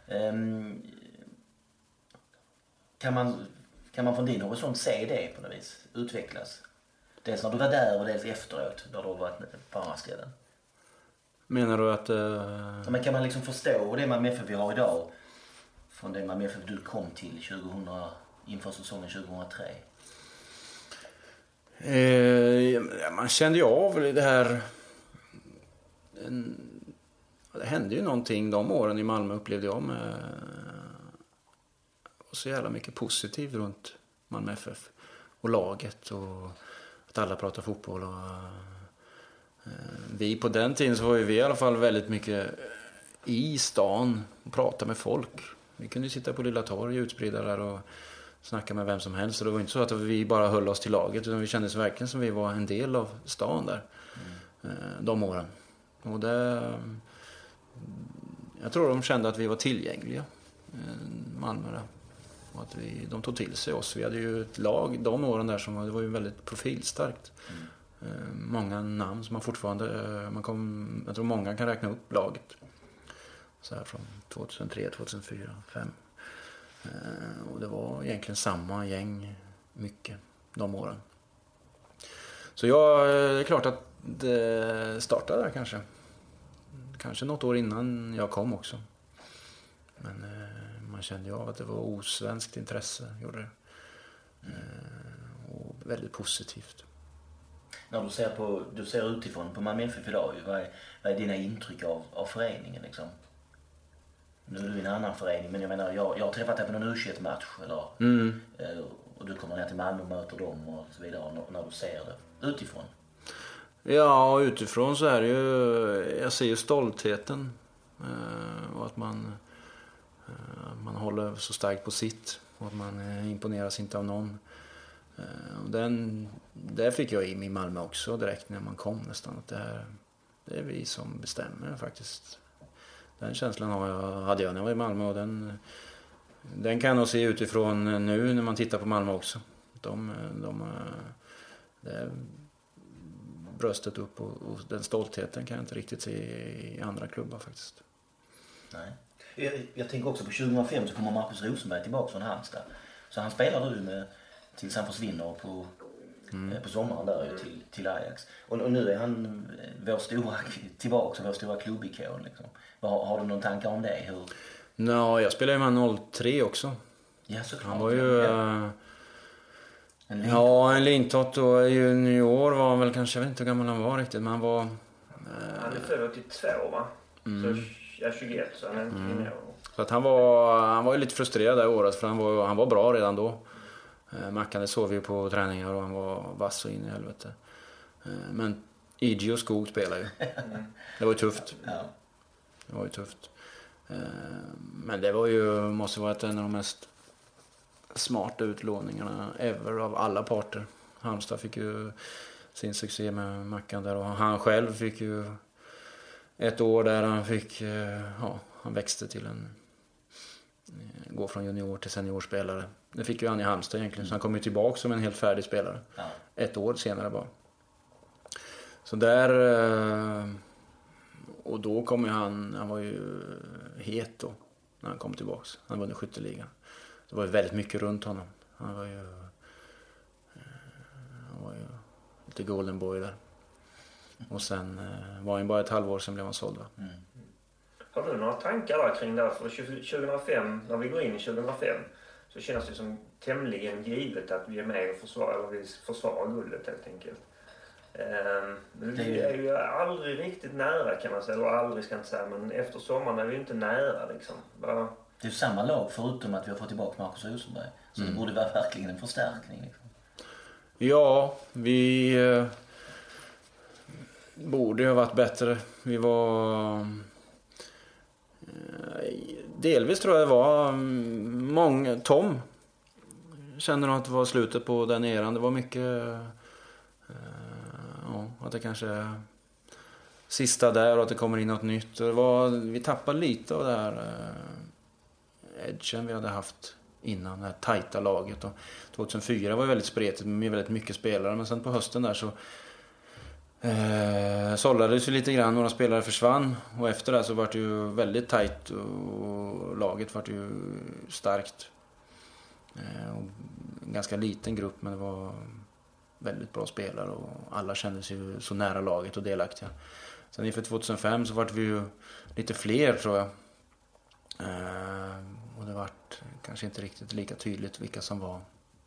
Kan man från din horisont se det på något vis utvecklas? Dels när du var där och dels efteråt när du har varit på andra ställen. Menar du att... Men kan man liksom förstå det Malmö FF vi har idag från det Malmö FF du kom till inför säsongen 2003? Man kände ju av det här... Det hände ju någonting de åren i Malmö, upplevde jag, med så jävla mycket positivt runt Malmö FF och laget och att alla pratar fotboll. Och vi på den tiden så var ju vi i alla fall väldigt mycket i stan och prata med folk. Vi kunde sitta på Lilla Torg utspridda där och snacka med vem som helst. Och det var inte så att vi bara höll oss till laget, utan vi kändes verkligen som vi var en del av stan där de åren. Och jag tror de kände att vi var tillgängliga, Malmö där. Och att de tog till sig oss. Vi hade ju ett lag de åren där det var ju väldigt profilstarkt. Många namn som man fortfarande... jag tror många kan räkna upp laget. Så här från 2003, 2004, 2005. Och det var egentligen samma gäng mycket de åren. Så det är klart att det startade där kanske. Kanske något år innan jag kom också. Men man kände ju av att det var osvenskt intresse, gjorde det. Och väldigt positivt. När du ser utifrån på Malmö FF idag, vad är dina intryck av föreningen liksom? Nu är du i en annan förening, men jag menar, jag har träffat dig på någon U21-match och du kommer ner till Malmö och möter dem och så vidare, när du ser det utifrån. Ja, utifrån så är det ju, jag ser ju stoltheten och att man håller så starkt på sitt och att man imponeras inte av någon. Och där fick jag i Malmö också direkt när man kom nästan, att det är vi som bestämmer faktiskt. Den känslan hade jag när jag var i Malmö, och den kan jag nog se utifrån nu när man tittar på Malmö också. Det bröstet upp och den stoltheten kan jag inte riktigt se i andra klubbar faktiskt. Nej. Jag tänker också på 2005 så kommer Marcus Rosenberg tillbaka från Halmstad. Så han spelar du med tills han försvinner på sommaren där till Ajax. Och nu är han vår stora klubbikon liksom. Har du någon tankar om det? Jag spelade ju med 03 också. Ja, såklart. Han var ju... en Lintott och junior var han väl kanske, jag vet inte hur gammal han var riktigt, men han var... Han är född 82 va? Så jag är 21 så han är inte inne. Så att han var ju lite frustrerad det året, för han var bra redan då. Mackan sov ju på träningar och han var vass och in i helvete. Men Igi och Skog spelar ju. Det var ju tufft. Det var ju tufft. Men det var ju, måste varit en av de mest smarta utlåningarna ever av alla parter. Halmstad fick ju sin succé med Mackan där, och han själv fick ju ett år där han växte till gå från junior till seniorspelare. Det fick ju han i Halmstad egentligen, så han kom ju tillbaka som en helt färdig spelare. Ett år senare bara. Så där, och då kom ju han var ju het då när han kom tillbaks. Han vann skytteligan. Det var ju väldigt mycket runt honom. Han var ju lite golden boy där. Och sen var han bara ett halvår, sen blev han såld va? Har du några tankar där kring det? För 2005, när vi går in i 2005, så känns det som tämligen givet att vi är med och försvarar guldet helt enkelt. Men vi är ju aldrig riktigt nära kan man säga, eller aldrig ska jag inte säga, men efter sommaren är vi inte nära liksom. Det är ju samma lag förutom att vi har fått tillbaka Marcus Rosenberg. Så det borde vara verkligen en förstärkning liksom. Ja, vi borde ha varit bättre. Vi var... delvis tror jag det var många... Tom kände nog att det var slutet på den eran. Det var mycket... att det kanske är sista där och att det kommer in något nytt. Vi tappade lite av det här edgen vi hade haft innan, det här tajta laget. Och 2004 var väldigt spretigt med väldigt mycket spelare, men sen på hösten där så sållades ju lite grann, några spelare försvann, och efter det så var det ju väldigt tajt och laget var ju starkt. Och en ganska liten grupp, men det var väldigt bra spelare och alla kände sig så nära laget och delaktiga. Sen inför 2005 så var vi ju lite fler, tror jag. Och det var kanske inte riktigt lika tydligt vilka som var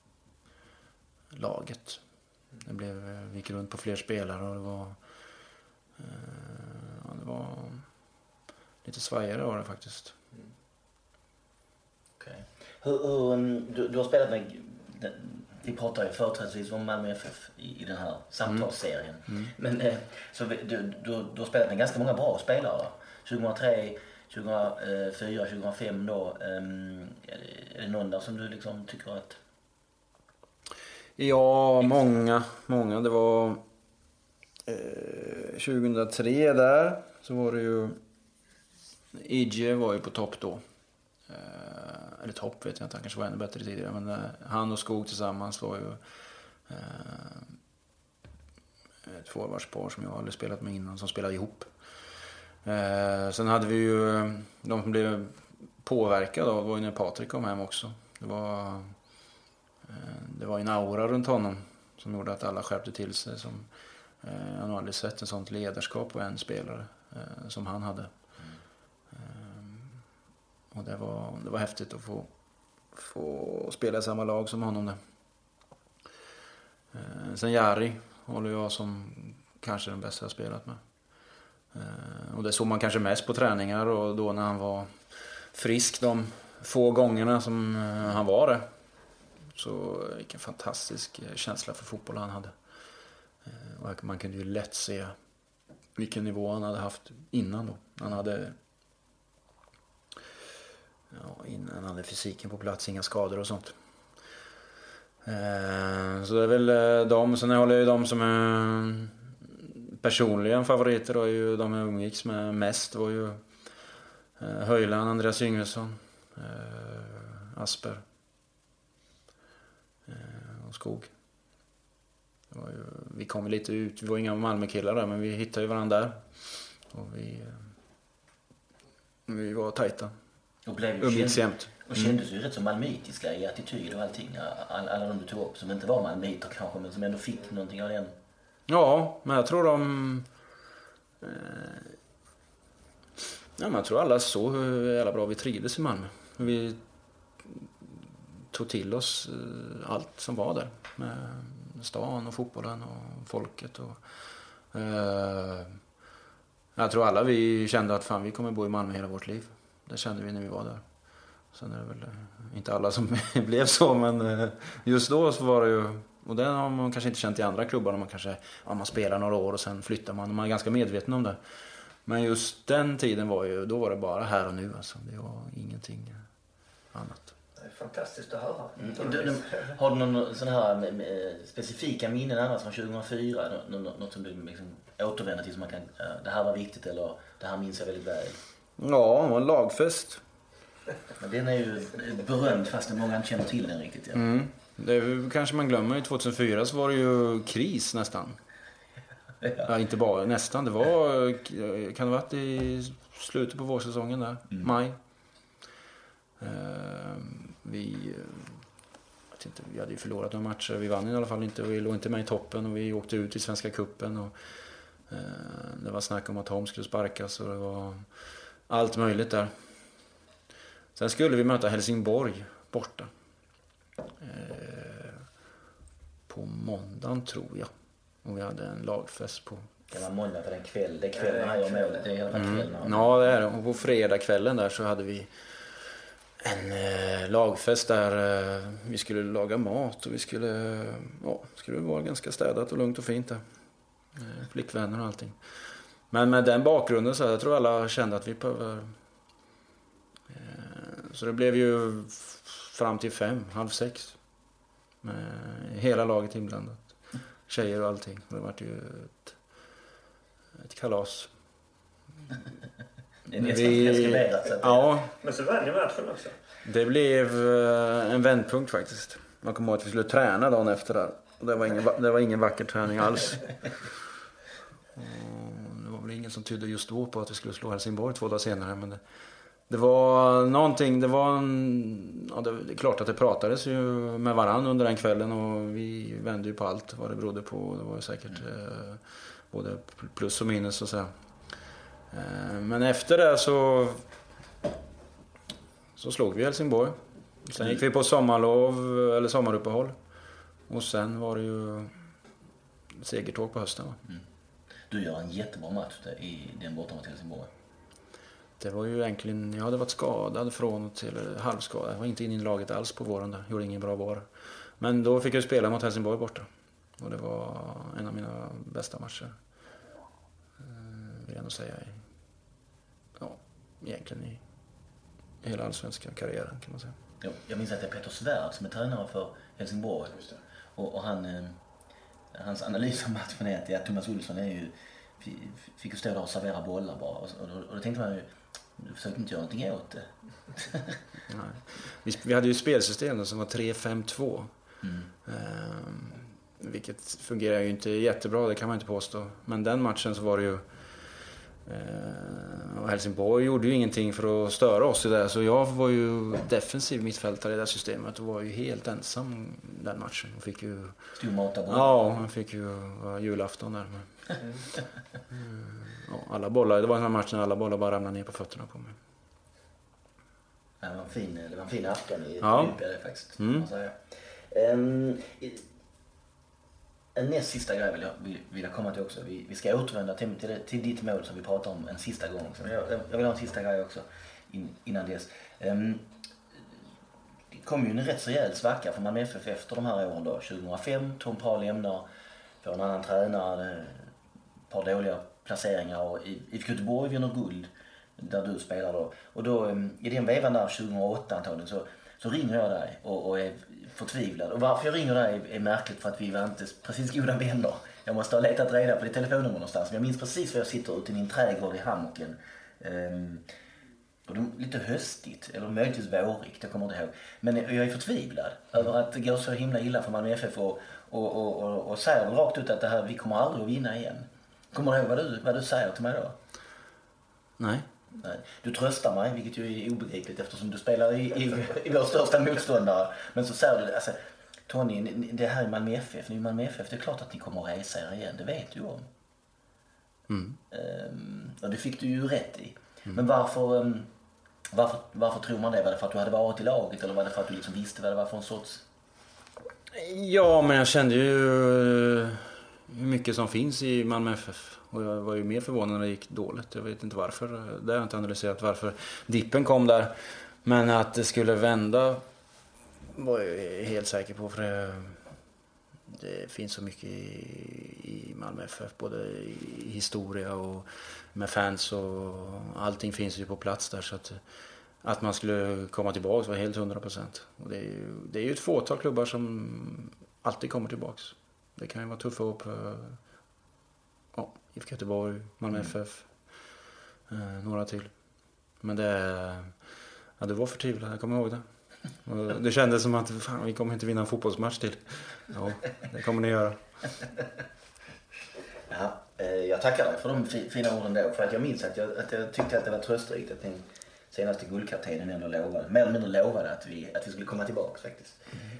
laget. Vi gick runt på fler spelare och det var lite svajigare var det faktiskt. Okej. Du har spelat med, vi pratar ju företrädesvis om Malmö FF i den här samtalsserien. Men så du har spelat med ganska många bra spelare. 2003, 2004, 2005 då. Är det någon där som du liksom tycker att... Ja, många. Det var 2003 där, så var det ju Idje var ju på topp då. Eller topp vet jag inte, han kanske var ännu bättre tidigare, men han och Skog tillsammans var ju ett forwardspar som jag aldrig spelat med innan, som spelade ihop. Sen hade vi ju de som blev påverkade av, var ju när Patrik kom hem också. Det var en aura runt honom som gjorde att alla skärpte till sig. Jag har nog aldrig sett en sånt ledarskap på en spelare som han hade. Och det var häftigt att få spela i samma lag som honom där. Sen Jari håller jag som kanske den bästa jag spelat med. Och det såg man kanske mest på träningar, och då när han var frisk de få gångerna som han var det. Så vilken fantastisk känsla för fotboll han hade. Och man kunde ju lätt se vilken nivå han hade haft innan då. Innan han hade fysiken på plats, inga skador och sånt. Så det är väl de. Sen håller jag ju de som är personliga favoriter och ju de jag umgicks med mest var ju Höjland, Andreas Yngvesson, Asper och Skog. Vi kom lite ut, vi var inga Malmökillar där, men vi hittade ju varandra där. Och vi var tajta. Och kändes ju rätt så malmöitiska i attityd och allting. Alla de du tog upp som inte var malmöiter kanske, men som ändå fick någonting av den. Ja, men jag tror jag tror alla så hur jävla bra vi trivdes i Malmö. Vi tog till oss allt som var där. Med stan och fotbollen och folket. Jag tror alla vi kände att fan, vi kommer bo i Malmö hela vårt liv. Det kände vi när vi var där. Sen är det väl inte alla som blev så, men just då så var det ju, och det har man kanske inte känt i andra klubbar, man spelar några år och sen flyttar man, och man är ganska medveten om det. Men just den tiden då var det bara här och nu, alltså. Det var ingenting annat. Det är fantastiskt att höra. Har du någon sån här specifika minnen annars från 2004? Något som du liksom återvänder till som man kan, det här var viktigt, eller det här minns jag väldigt väl? Ja, det var en lagfest. Men den är ju berömd fast många inte känner till den riktigt. Ja. Det kanske man glömmer. I 2004 så var det ju kris nästan. Ja, inte bara nästan. Det var, kan det ha varit i slutet på vårsäsongen där, maj. Vi hade ju förlorat några matcher. Vi vann i alla fall inte, och vi låg inte med i toppen, och vi åkte ut i Svenska cupen, och det var snack om att Holm skulle sparkas, och det var allt möjligt där. Sen skulle vi möta Helsingborg borta på måndagen, tror jag, och vi hade en lagfest på... Det var måndag på den kväll. Det är kvällen här jag målet. Det är hela kvällen. Ja, det är det. Och på fredag kvällen där så hade vi en lagfest där vi skulle laga mat, och vi skulle vara ganska städat och lugnt och fint där. Flickvänner och allting. Men med den bakgrunden så jag tror alla kände att vi behöver... Så det blev ju fram till 5:30 med hela laget inblandat. Tjejer och allting. Det var ju ett kalas. Det är nästan preskriberat. Ja. Men så vann ju matchen också. Det blev en vändpunkt faktiskt. Man kom ihåg att vi skulle träna dagen efter där. Och det var ingen vacker träning alls. Det var väl ingen som tydde just då på att vi skulle slå Helsingborg 2 dagar senare. Men det var någonting. Det är klart att det pratades ju med varann under den kvällen. Och vi vände ju på allt vad det berodde på. Det var ju säkert både plus och minus och så. Men efter det så slog vi Helsingborg. Sen gick vi på sommaruppehåll. Och sen var det ju segertåg på hösten. Du gör en jättebra match i den borta mot Helsingborg. Det var ju egentligen, jag hade varit skadad från och till, halvskadad. Jag var inte inne i laget alls på våren där. Gjorde ingen bra vår. Men då fick jag spela mot Helsingborg borta. Och det var en av mina bästa matcher. Vill jag nog säga. Egentligen i hela allsvenska karriären kan man säga. Jag minns att det är Peter Svärd som är tränare för Helsingborg. Och hans analys av matchen är att Thomas Olsson fick stå där och servera bollar bara. Och då tänkte man ju, du försökte inte göra någonting åt det. Nej. Vi hade ju spelsystem som var 3-5-2. Vilket fungerar ju inte jättebra, det kan man inte påstå. Men den matchen så var det ju... Helsingborg gjorde ju ingenting för att störa oss i det. Så jag var ju defensiv mittfältare i det systemet och var ju helt ensam den matchen. Och fick ju... man fick ju julafton där. Alla bollar, det var den här matchen alla bollar bara ramlade ner på fötterna på mig. Det var en fin afton i Olympia det faktiskt. En näst sista grej vill jag komma till också. Vi ska återvända till ditt mål som vi pratar om en sista gång. Så jag vill ha en sista grej också innan dess. Det kom ju en rätt så rejäl svacka för Malmö FF efter de här åren då. 2005, Tom Prahl lämnar, får en annan tränare, ett par dåliga placeringar och IFK Göteborg vinner guld där du spelar då. Och då i den vevan där 2008 antagligen så ringer jag dig och är förtvivlad. Och varför jag ringer dig är märkligt för att vi var inte precis goda vänner. Jag måste ha letat reda på ditt telefonnummer någonstans. Men jag minns precis var jag sitter ute i min trädgård i Hammarken. Och det är lite höstigt, eller möjligtvis vårigt, jag kommer inte ihåg. Men jag är förtvivlad över att det går så himla illa för Malmö FF och säger rakt ut att det här, vi kommer aldrig att vinna igen. Kommer du ihåg vad du säger till mig då? Nej. Du tröstar mig, vilket ju är obegripligt eftersom du spelar i vår största motståndare. Men så säger du, alltså, Tony, det här är Malmö FF. Nu är Malmö FF, det är klart att ni kommer att resa er igen, det vet du om. Och det fick du ju rätt i. Men varför tror man det? Var det för att du hade varit i laget eller var det för att du liksom visste vad det var för en sorts... Ja, men jag kände ju hur mycket som finns i Malmö FF. Och jag var ju mer förvånad när det gick dåligt. Jag vet inte varför. Det har jag inte analyserat varför dippen kom där. Men att det skulle vända var jag helt säker på. För det finns så mycket i Malmö FF. Både i historia och med fans. Och allting finns ju på plats där. Så att man skulle komma tillbaka var helt 100%. Och det är ju ett fåtal klubbar som alltid kommer tillbaka. Det kan ju vara tuffa upp. IFK Göteborg, Malmö FF, några till. Men det var förtvivlat, jag kommer ihåg det. Och det kändes som att fan, vi kommer inte vinna en fotbollsmatch till. Ja, det kommer ni göra. Ja, jag tackar dig för de fina orden då. För att jag minns att jag tyckte att det var tröstrikt att den senaste guldkaptenen ändå mer eller mindre lovade att vi skulle komma tillbaka faktiskt.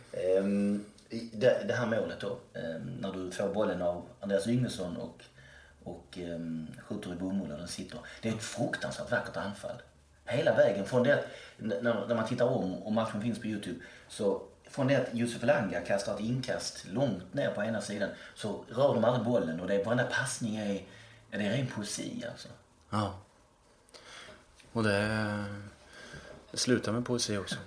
Det här målet då, när du får bollen av Andreas Yngvesson och skjuter i bomull och den sitter. Det är ett fruktansvärt vackert anfall. Hela vägen från det att, när man tittar om matchen finns på YouTube, så från det att Josef Elanga kastar ett inkast långt ner på ena sidan så rör de aldrig bollen och det är varenda passning är ren poesi alltså. Ja. Och det slutar med poesi också.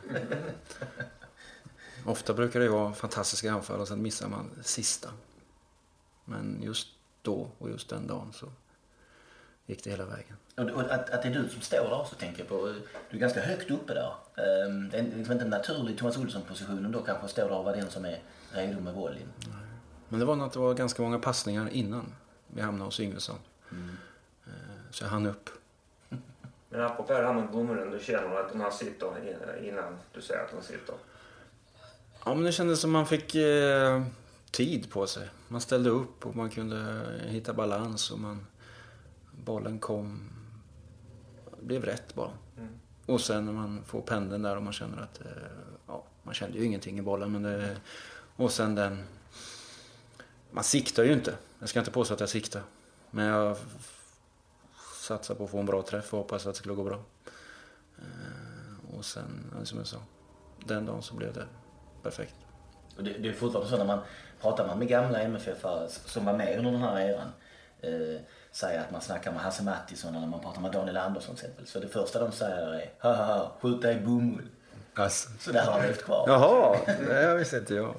Ofta brukar det vara fantastiska anfall och sen missar man sista. Men just då och just den dagen så gick det hela vägen. Och att det är du som står där så tänker jag på. Du är ganska högt uppe där. Det är liksom inte en naturlig Thomas Olsson-positionen då kanske står där och var den som är redo med bollen. Men det var ganska många passningar innan vi hamnade hos Yngvesson. Så jag hann upp. Men apropå det här med bomullen, du känner att de här sitter innan du säger att de sitter? Ja, men det kändes som man fick tid på sig. Man ställde upp och man kunde hitta balans och bollen kom, blev rätt bara. Och sen när man får pendeln där och man känner att man kände ju ingenting i bollen, men och sen man siktar ju inte. Jag ska inte påstå att jag siktar, men jag satsa på att få en bra träff och hoppas att det skulle gå bra. Och sen, som jag sa, den dagen så blev det perfekt. Och det är fortfarande så när man pratar med gamla MFF-are som var med under den här eran, säger att man snackar med Hasse Mattisson eller man pratar med Daniel Andersson till exempel. Så det första de säger är haha, skjuta i bomull. Alltså. Så där har han levt kvar. Jaha, det visste inte jag.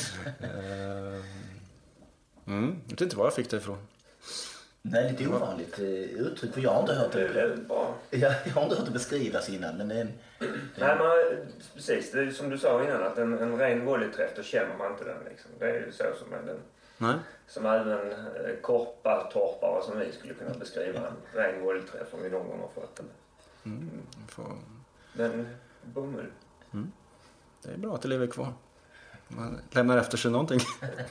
Jag vet inte var jag fick det ifrån. Det är lite ovanligt uttryck, för jag har inte hört det. Jag har inte hört det beskrivas innan, men Nej, men precis. Det är som du sa innan, att en ren volleyträff, då känner man inte den liksom. Det är ju så som är den. Nej. Som även korpartorpare som vi skulle kunna beskriva en ren volleyträff om vi någon gång har fått den. Men bomull. Det är bra att det lever kvar. Man lämnar efter sig någonting.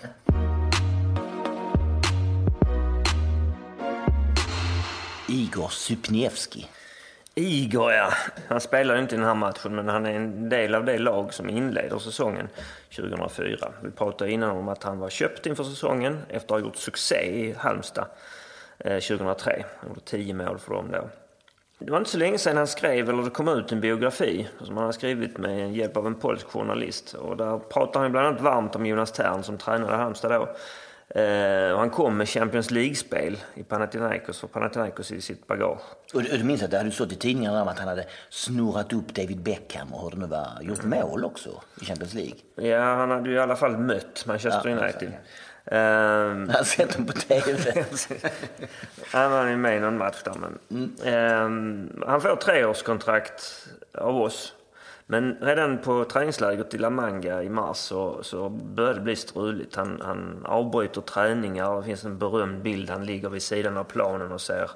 Igor Sypniewski. Igor, ja. Han spelar inte i den här matchen, men han är en del av det lag som inleder säsongen 2004. Vi pratade innan om att han var köpt inför säsongen efter att ha gjort succé i Halmstad 2003. Han gjorde 10 mål för dem då. Det var inte så länge sedan han skrev, eller det kom ut en biografi som han har skrivit med hjälp av en polsk journalist. Och där pratar han bland annat varmt om Jonas Tern som tränade Halmstad då. Och han kom med Champions League-spel i Panathinaikos för Panathinaikos i sitt bagage. Och du minns att det hade stått i tidningarna om att han hade snurrat upp David Beckham och hur det nu var, gjort mål också i Champions League. Ja, han hade ju i alla fall mött Manchester United. Han har sett dem på TV. Han var ju med i någon match där, men han får 3-årskontrakt av oss. Men redan på träningsläget i La Manga i mars så började det bli struligt. Han avbryter träningar. Det finns en berömd bild. Han ligger vid sidan av planen och ser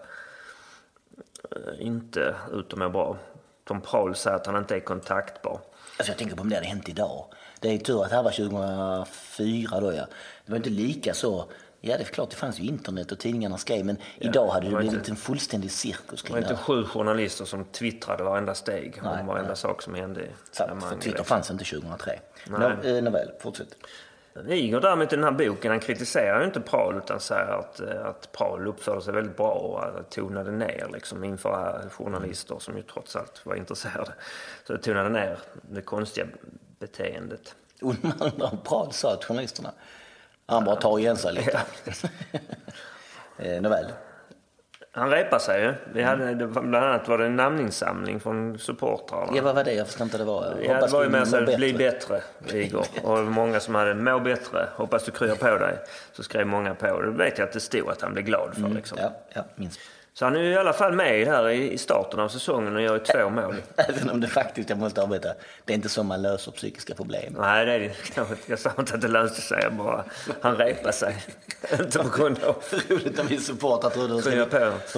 inte ut att må bra. Tom Prahl säger att han inte är kontaktbar. Alltså jag tänker på om det hade hänt idag. Det är ju tur att det här var 2004 då, ja. Det var inte lika så. Ja, det är klart, det fanns ju internet och tidningarna skrev, men idag hade det blivit en fullständig cirkus. Det var inte 7 journalister som twittrade varenda steg om varenda sak som hände i för Twitter fanns inte 2003. Nåväl, fortsätt. Igor däremot i den här boken, han kritiserar ju inte Prahl utan säger att Prahl uppförde sig väldigt bra och tonade ner liksom inför journalister som ju trots allt var intresserade. Så det tonade ner det konstiga beteendet. Undrar om Prahl sa att journalisterna han bara tar igen sig lite. Nåväl. Han repar sig ju. Bland annat var det en namninsamling från supportrarna. Ja, vad var det? Jag förstår inte det var. Ja, det var ju med att bli bättre, Igor. Och många som hade må bättre. Hoppas du kryar på dig. Så skrev många på. Det vet jag att det stod att han blev glad för. Liksom. Ja, minst. Så han är i alla fall med här i starten av säsongen och gör 2 mål. Även om det faktiskt, jag måste arbeta, det är inte så man löser psykiska problem. Nej, det är det. Jag sa inte att det löste sig, bara han repar sig. Inte på grund av... Roligt om vi supportar, tror du. Hur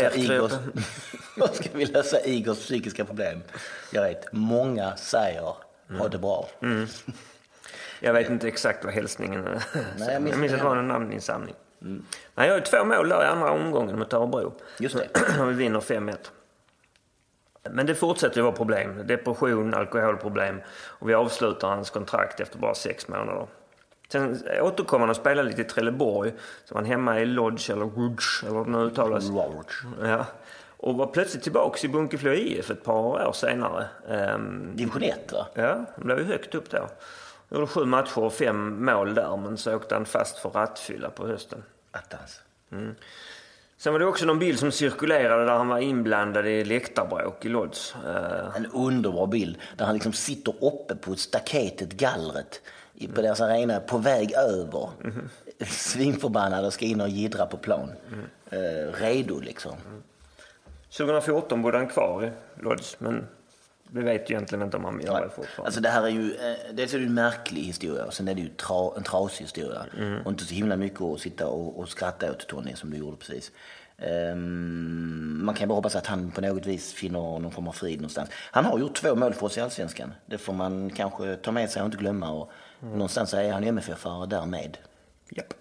ska vi lösa Igors psykiska problem? Jag vet, många säger ha det bra. Jag vet inte exakt vad hälsningen är. Nej, jag minns att det var en namninsamling. Nej, jag har 2 mål där i andra omgången mot Örebro. Just det. Och vi vinner 5-1. Men det fortsätter ju vara problem. Depression, alkoholproblem. Och vi avslutar hans kontrakt efter bara 6 månader. Sen återkommer han och spelar lite i Trelleborg. Så han hemma i Lodge eller Rudge eller vad det nu uttalas. Ja. Och var plötsligt tillbaka i Bunkeflo IF ett par år senare. Division 1, va? Ja, han blev ju högt upp då. Han gjorde 7 matcher och 5 mål där, men så åkte han fast för rattfylla på hösten. Attans. Sen var det också någon bild som cirkulerade där han var inblandad i läktarbråk i Lodz. En underbar bild där han liksom sitter uppe på staketet, gallret på deras arena, på väg över. Svinförbannad och ska in och gidra på plan. Redo liksom. 2014 bodde han kvar i Lodz, men vi vet ju egentligen inte om han gör det fortfarande. Alltså det här är ju, dels är det en märklig historia och sen är det ju en trasig historia. Och inte så himla mycket att sitta och skratta åt Tony som du gjorde precis. Man kan bara hoppas att han på något vis finner någon form av frid någonstans. Han har gjort 2 mål för oss i Allsvenskan. Det får man kanske ta med sig och inte glömma. Och någonstans är han MFF-are därmed. Japp.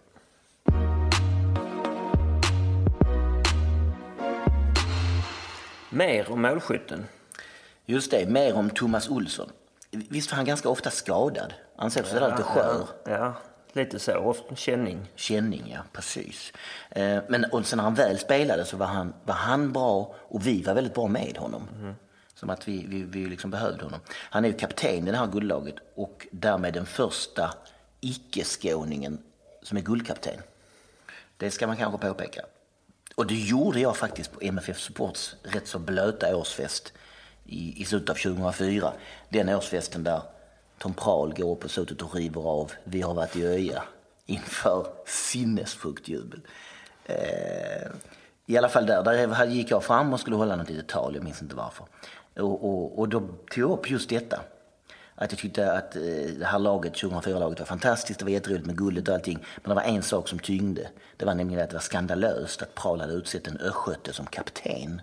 Mer om målskytten. Just det, mer om Thomas Olsson. Visst var han ganska ofta skadad? Han ser också lite skör. Ja, lite så, känning. Känning, ja, precis. Men och sen när han väl spelade så var han bra och vi var väldigt bra med honom. Som att vi liksom behövde honom. Han är ju kapten i det här guldlaget och därmed den första icke-skåningen som är guldkapten. Det ska man kanske påpeka. Och det gjorde jag faktiskt på MFF Supports rätt så blöta årsfest i slutet av 2004. Den årsfesten där Tom Prahl går upp på slutet och river av Vi har varit i Öja inför sinnessjukt jubel. I alla fall där gick jag fram och skulle hålla något litet tal, jag minns inte varför. Och då tog jag upp just detta. Att jag tyckte att det här laget, 2004-laget, var fantastiskt. Det var jätteroligt med guldet och allting. Men det var en sak som tyngde. Det var nämligen att det var skandalöst att Prahl hade utsett en östgöte som kapten.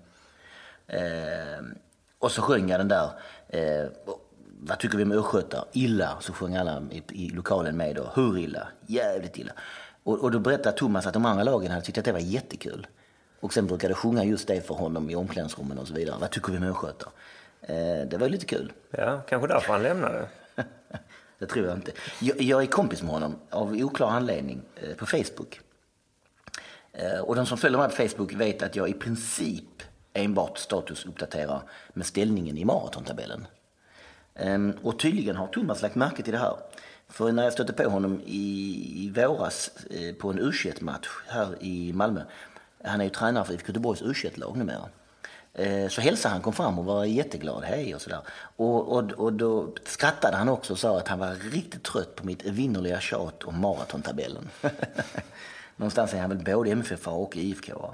Och så sjöng jag den där... vad tycker vi om östgötar? Illa, så sjöng alla i lokalen med då. Hur illa? Jävligt illa. Och då berättade Thomas att de andra lagen hade tyckt att det var jättekul. Och sen brukade sjunga just det för honom i omklädningsrummen och så vidare. Vad tycker vi om östgötar? Det var lite kul. Ja, kanske därför han lämnade. Det tror jag inte. Jag är kompis med honom av oklar anledning på Facebook. Och de som följer mig på Facebook vet att jag i princip enbart statusuppdaterar med ställningen i maratontabellen. Och tydligen har Thomas lagt märke till det här. För när jag stötte på honom i våras på en U21-match här i Malmö. Han är ju tränare för IFK Göteborgs U21-lag numera. Så hälsade han, kom fram och var jätteglad, hej och sådär. Och då skrattade han också och sa att han var riktigt trött på mitt evinnerliga tjat om maratontabellen. Någonstans är han väl både MFF och IFK.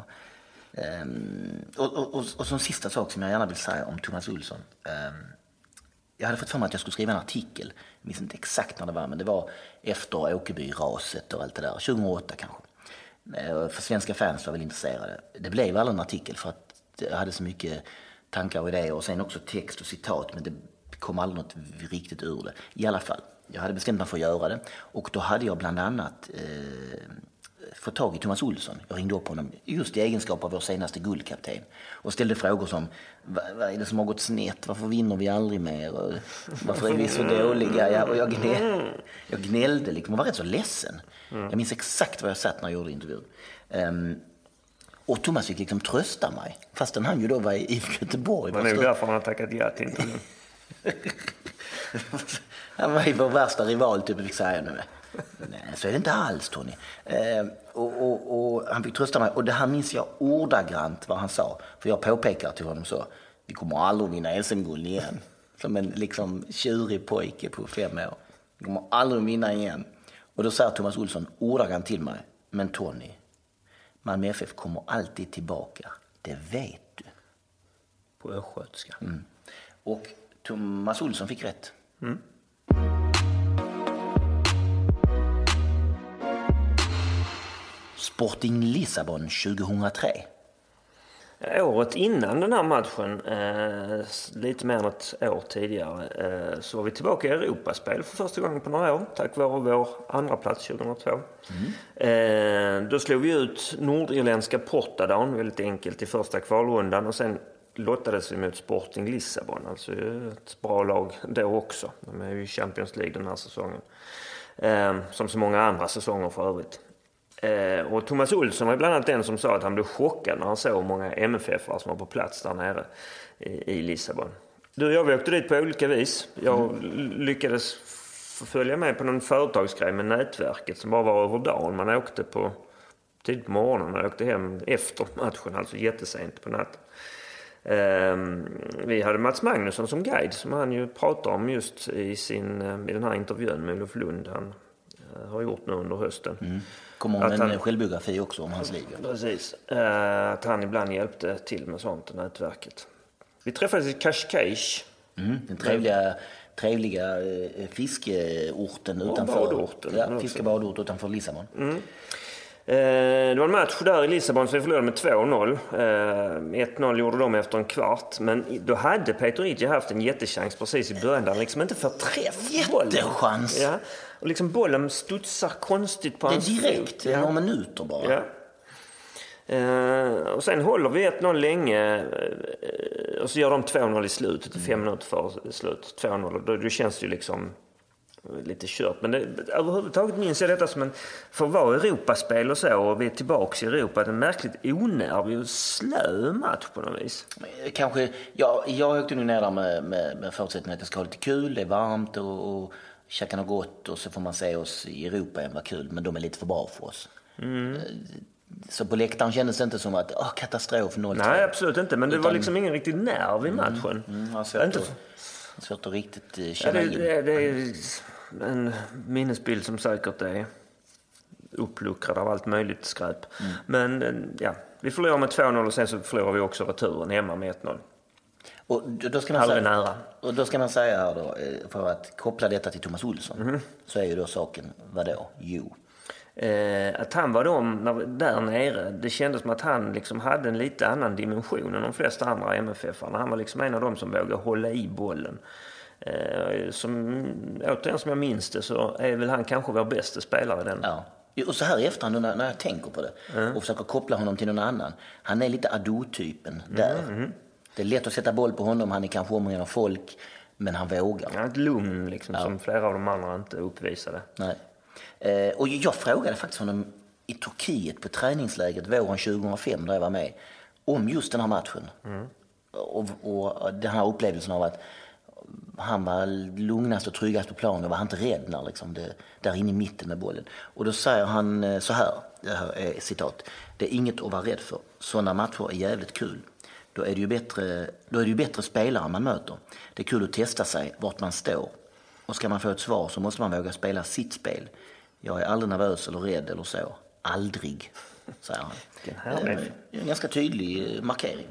Och som sista sak som jag gärna vill säga om Thomas Olsson. Jag hade fått för mig att jag skulle skriva en artikel. Jag minns inte exakt när det var, men det var efter Åkerby-raset och allt det där. 2008 kanske. För svenska fans var väl intresserade. Det blev aldrig en artikel för att jag hade så mycket tankar och idéer och sen också text och citat, men det kom aldrig något riktigt ur det. I alla fall, jag hade bestämt mig för att göra det och då hade jag bland annat fått tag i Thomas Olsson. Jag ringde upp honom just i egenskap av vår senaste guldkapten och ställde frågor som vad är det som har gått snett? Varför vinner vi aldrig mer? Och varför är vi så dåliga? Och jag gnällde liksom och var rätt så ledsen. Jag minns exakt vad jag satt när jag gjorde intervjun. Och Thomas fick liksom trösta mig. Fastän han ju då var i Göteborg. Men det är därför han har tackat ja till intervjun. Han var ju vår värsta rival, typ, fick säga nu. Nej, så är det inte alls, Tony. Och han fick trösta mig. Och det här minns jag ordagrant vad han sa. För jag påpekar till honom så. Vi kommer aldrig vinna SM-guld igen. Som en liksom tjurig pojke på 5 år. Vi kommer aldrig vinna igen. Och då säger Thomas Olsson ordagrant till mig. Men Tony, Malmö FF kommer alltid tillbaka. Det vet du. På östgötska. Och Thomas Olsson fick rätt. Sporting Lissabon 2003. Året innan den här matchen, lite mer än ett år tidigare, så var vi tillbaka i Europaspel för första gången på några år, tack vare vår andra plats 2002. Då slog vi ut nordirländska Portadown väldigt enkelt i första kvalrundan och sen lottades vi mot Sporting Lissabon, alltså ett bra lag då också. De är ju i Champions League den här säsongen, som så många andra säsonger för övrigt. Och Thomas Olsson var bland annat den som sa att han blev chockad när han såg många MFF-are som var på plats där nere i Lissabon. Du och jag, vi åkte dit på olika vis. Jag lyckades följa med på någon företagsgrej med nätverket som bara var över dagen. Man åkte på tidigt på morgonen och åkte hem efter matchen, alltså jättesent på natten. Vi hade Mats Magnusson som guide som han ju pratar om just i den här intervjun med Olof Lund han har gjort nu under hösten. Kommer en självbiografi också om hans liv. Precis. Att han ibland hjälpte till med sånt i nätverket. Vi träffades i Cascais. Den trevliga fiskeorten utanför. Fiskebadort utanför Lissabon. Det var en match där i Lissabon som vi förlorade med 2-0. 1-0 gjorde de efter en kvart. Men då hade Peter Idje haft en jättechans precis i början där han liksom inte får träff. Jättechans! Ja. Och liksom bollen studsar konstigt på hans fot. Det är direkt, några minuter bara. Ja. Och sen håller vi 1-0 länge och så gör de 2-0 i slutet, 5 minuter för slut, 2-0. Och då känns det ju liksom lite kört. Men överhuvudtaget minns jag detta som för att vara Europaspel och så, och vi är tillbaka i Europa, en märkligt onervig och slö match på något vis. Kanske, jag åkte nu ner där med förutsättningen att det ska ha lite kul, det är varmt och käka något gott och så får man se oss i Europa än vad kul, men de är lite för bra för oss. Så på läktaren kändes det inte som att katastrof 0-3. Nej, absolut inte, men det var liksom ingen riktig nerv i matchen. Svårt att riktigt känna in. Det är en minnesbild som säkert är uppluckrad av allt möjligt skräp. Men ja, vi förlorar med 2-0 och sen så förlorar vi också returen hemma med 1-0. Och då ska man säga, nära. Och då ska man säga här då, för att koppla detta till Thomas Olsson, så är ju då saken, vadå? Jo. Att han var där nere, det kändes som att han liksom hade en lite annan dimension än de flesta andra MFF-arna. Han var liksom en av dem som vågade hålla i bollen. Återigen som jag minns det, så är väl han kanske vår bästa spelare i den. Ja. Och så här i efterhand när jag tänker på det och försöker koppla honom till någon annan. Han är lite Ado-typen där. Det är lätt att sätta boll på honom, han är kanske omringad av folk, men han vågar. Han har ett lugn liksom, som flera av de andra inte uppvisade. Nej. Och jag frågade faktiskt honom i Turkiet på träningsläget våren 2005 där jag var med om just den här matchen. Och den här upplevelsen av att han var lugnast och tryggast på planen och var inte rädd när liksom där inne i mitten med bollen. Och då säger han så här, det här är citat: det är inget att vara rädd för. Sådana matcher är jävligt kul. Då är det ju bättre spelare man möter. Det är kul att testa sig vart man står. Och ska man få ett svar så måste man våga spela sitt spel. Jag är aldrig nervös eller rädd eller så. Aldrig, säger han. Det är en ganska tydlig markering.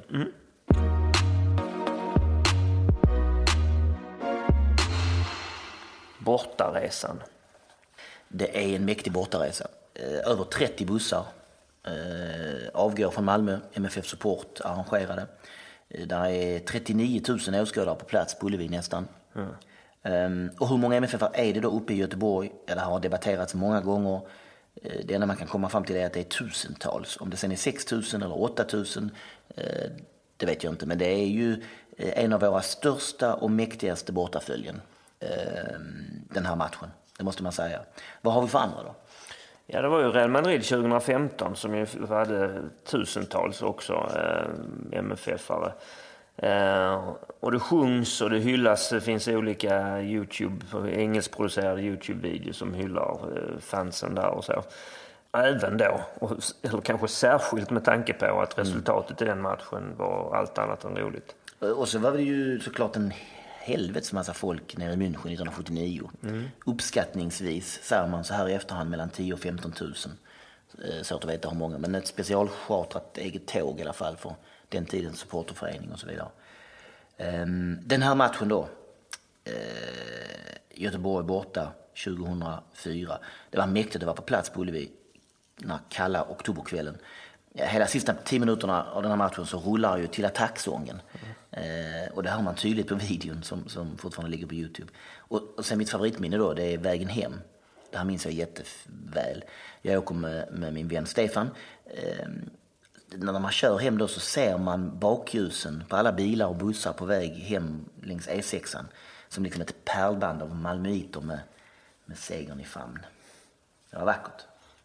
Bortaresan. Det är en mäktig bortaresa. Över 30 bussar avgår från Malmö. MFF Support arrangerade. Där är 39 000 åskådare på plats på Ullevi nästan. Och hur många MFF är det då uppe i Göteborg? Det har debatterats många gånger. Det enda man kan komma fram till är att det är tusentals. Om det sen är 6 000 eller 8 000, det vet jag inte. Men det är ju en av våra största och mäktigaste bortaföljen, den här matchen. Det måste man säga. Vad har vi för andra då? Ja, det var ju Real Madrid 2015 som ju hade tusentals också MFF-are. Och det sjungs och det hyllas. Det finns olika engelskproducerade YouTube-videos som hyllar fansen där och så. Även då, eller kanske särskilt med tanke på att resultatet i den matchen var allt annat än roligt. Och så var det ju såklart en helvets massa folk nere i München 1979. Uppskattningsvis säger man så här i efterhand mellan 10 och 15 000. Svårt att veta hur många, men ett specialchartrat eget tåg i alla fall för den tidens supporterförening och så vidare. Den här matchen då, Göteborg borta 2004, det var mäktigt, det var på plats på Ullevi den här kalla oktoberkvällen. Hela sista 10 minuterna av den här matchen så rullar ju till attacksången. Och det har man tydligt på videon som fortfarande ligger på YouTube. Och sen mitt favoritminne då, det är vägen hem. Det här minns jag jätteväl. Jag åker med min vän Stefan. När man kör hem då så ser man bakljusen på alla bilar och bussar på väg hem längs E6an. Som liksom ett pärlband av malmöiter med segern i famn. Det var vackert.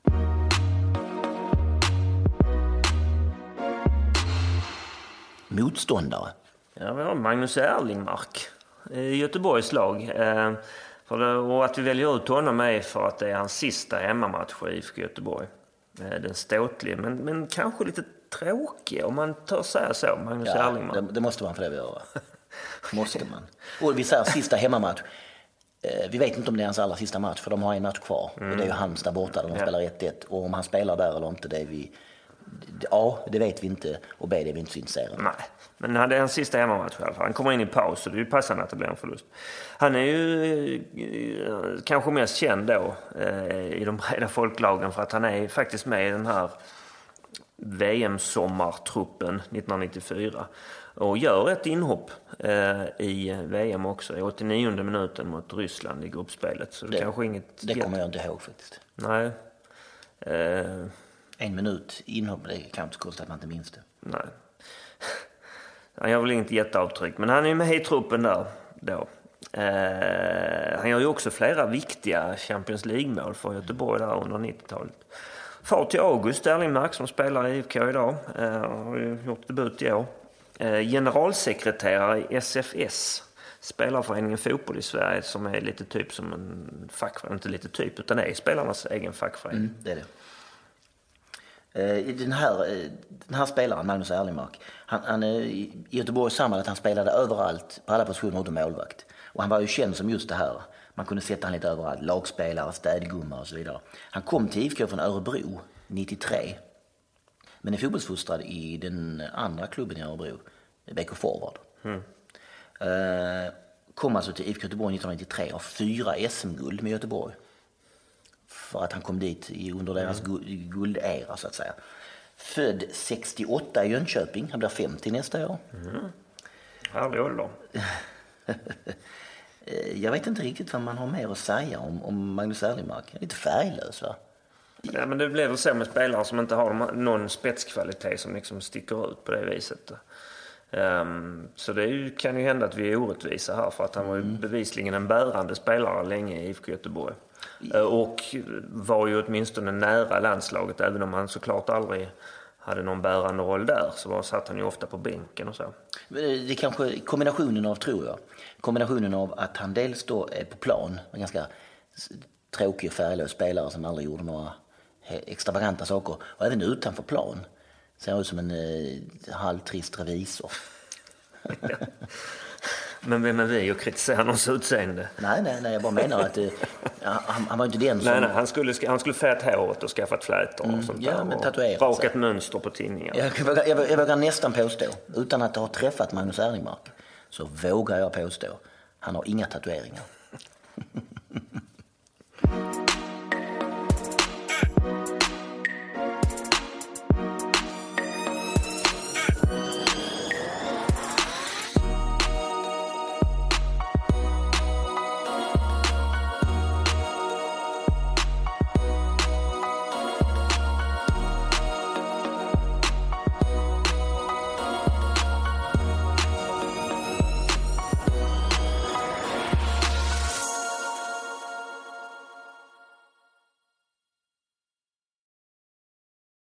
Motståndare. Ja, vi har Magnus Erlingmark i Göteborgs lag. Och att vi väljer ut honom är för att det är hans sista hemmamatch i IFK Göteborg. Den ståtlig, men kanske lite tråkig om man tar säga så, Magnus Erlingmark. Det måste man för det göra. Måste man. Och vi säger sista hemmamatch. Vi vet inte om det är hans allra sista match, för de har en match kvar. Och det är ju Halmstad borta där de spelar 1-1. Och om han spelar där eller inte, det är vi... A, det vet vi inte, och B, det är vi inte så intresserade. Nej, men han är en sista hemmamatch i alla fall. Han kommer in i paus, så det är ju passande att det blir en förlust. Han är ju kanske mest känd då i de breda folklagen för att han är faktiskt med i den här VM-sommartruppen 1994 och gör ett inhopp i VM också i 89:e minuten mot Ryssland i gruppspelet. Så det kanske inget... Det kommer jag inte ihåg faktiskt. Nej. 1 minut inhopp, det kan inte kosta att man inte minns det. Nej. Han gör väl inget jätteavtryck, men han är med i truppen där då. Han gör ju också flera viktiga Champions League-mål för Göteborg där under 90-talet. Far till August Erlingmark som spelar i IFK idag. Har ju gjort debut i år. Generalsekreterare i SFS. Spelarföreningen Fotboll i Sverige som är lite typ som en fackförening. Inte lite typ utan är spelarnas egen fackförening. Det är det. Den här spelaren, Magnus Erlingmark, han är i Göteborg samma att han spelade överallt på alla positioner utom målvakt. Och han var ju känd som just det här. Man kunde sätta han lite överallt. Lagspelare, städgumma och så vidare. Han kom till IFK från Örebro 93. Men är fotbollsfostrad i den andra klubben i Örebro, BK Forward. Kom alltså till IFK Göteborg 1993 och 4 SM-guld med Göteborg. För att han kom dit under deras guldera så att säga. Född 68 i Jönköping. Han blir 50 nästa år. Härlig ålder. Jag vet inte riktigt vad man har mer att säga om Magnus Erlingmark. Lite färglös va? Ja, men det blir väl så med spelare som inte har någon spetskvalitet som liksom sticker ut på det viset. Så det kan ju hända att vi är orättvisa här för att han var ju bevisligen en bärande spelare länge i IFK Göteborg. Och var ju åtminstone nära landslaget även om han såklart aldrig hade någon bärande roll där så satt han ju ofta på bänken och så. Det är kanske kombinationen av, tror jag. Kombinationen av att han dels då är på plan, en ganska tråkig och färglös spelare som aldrig gjorde några extravaganta saker. Och även utanför plan ser ut som en halvtrist revisor. Men vem är vi och kritiserar någons utseende? Nej, jag bara menar att han var inte den som... Nej, han skulle fät håret och skaffat flätor och sånt där. Men tatuerat. Rakat mönster på tidningar. Jag vågar nästan påstå, utan att ha träffat Magnus Erlingmark, så vågar jag påstå, han har inga tatueringar.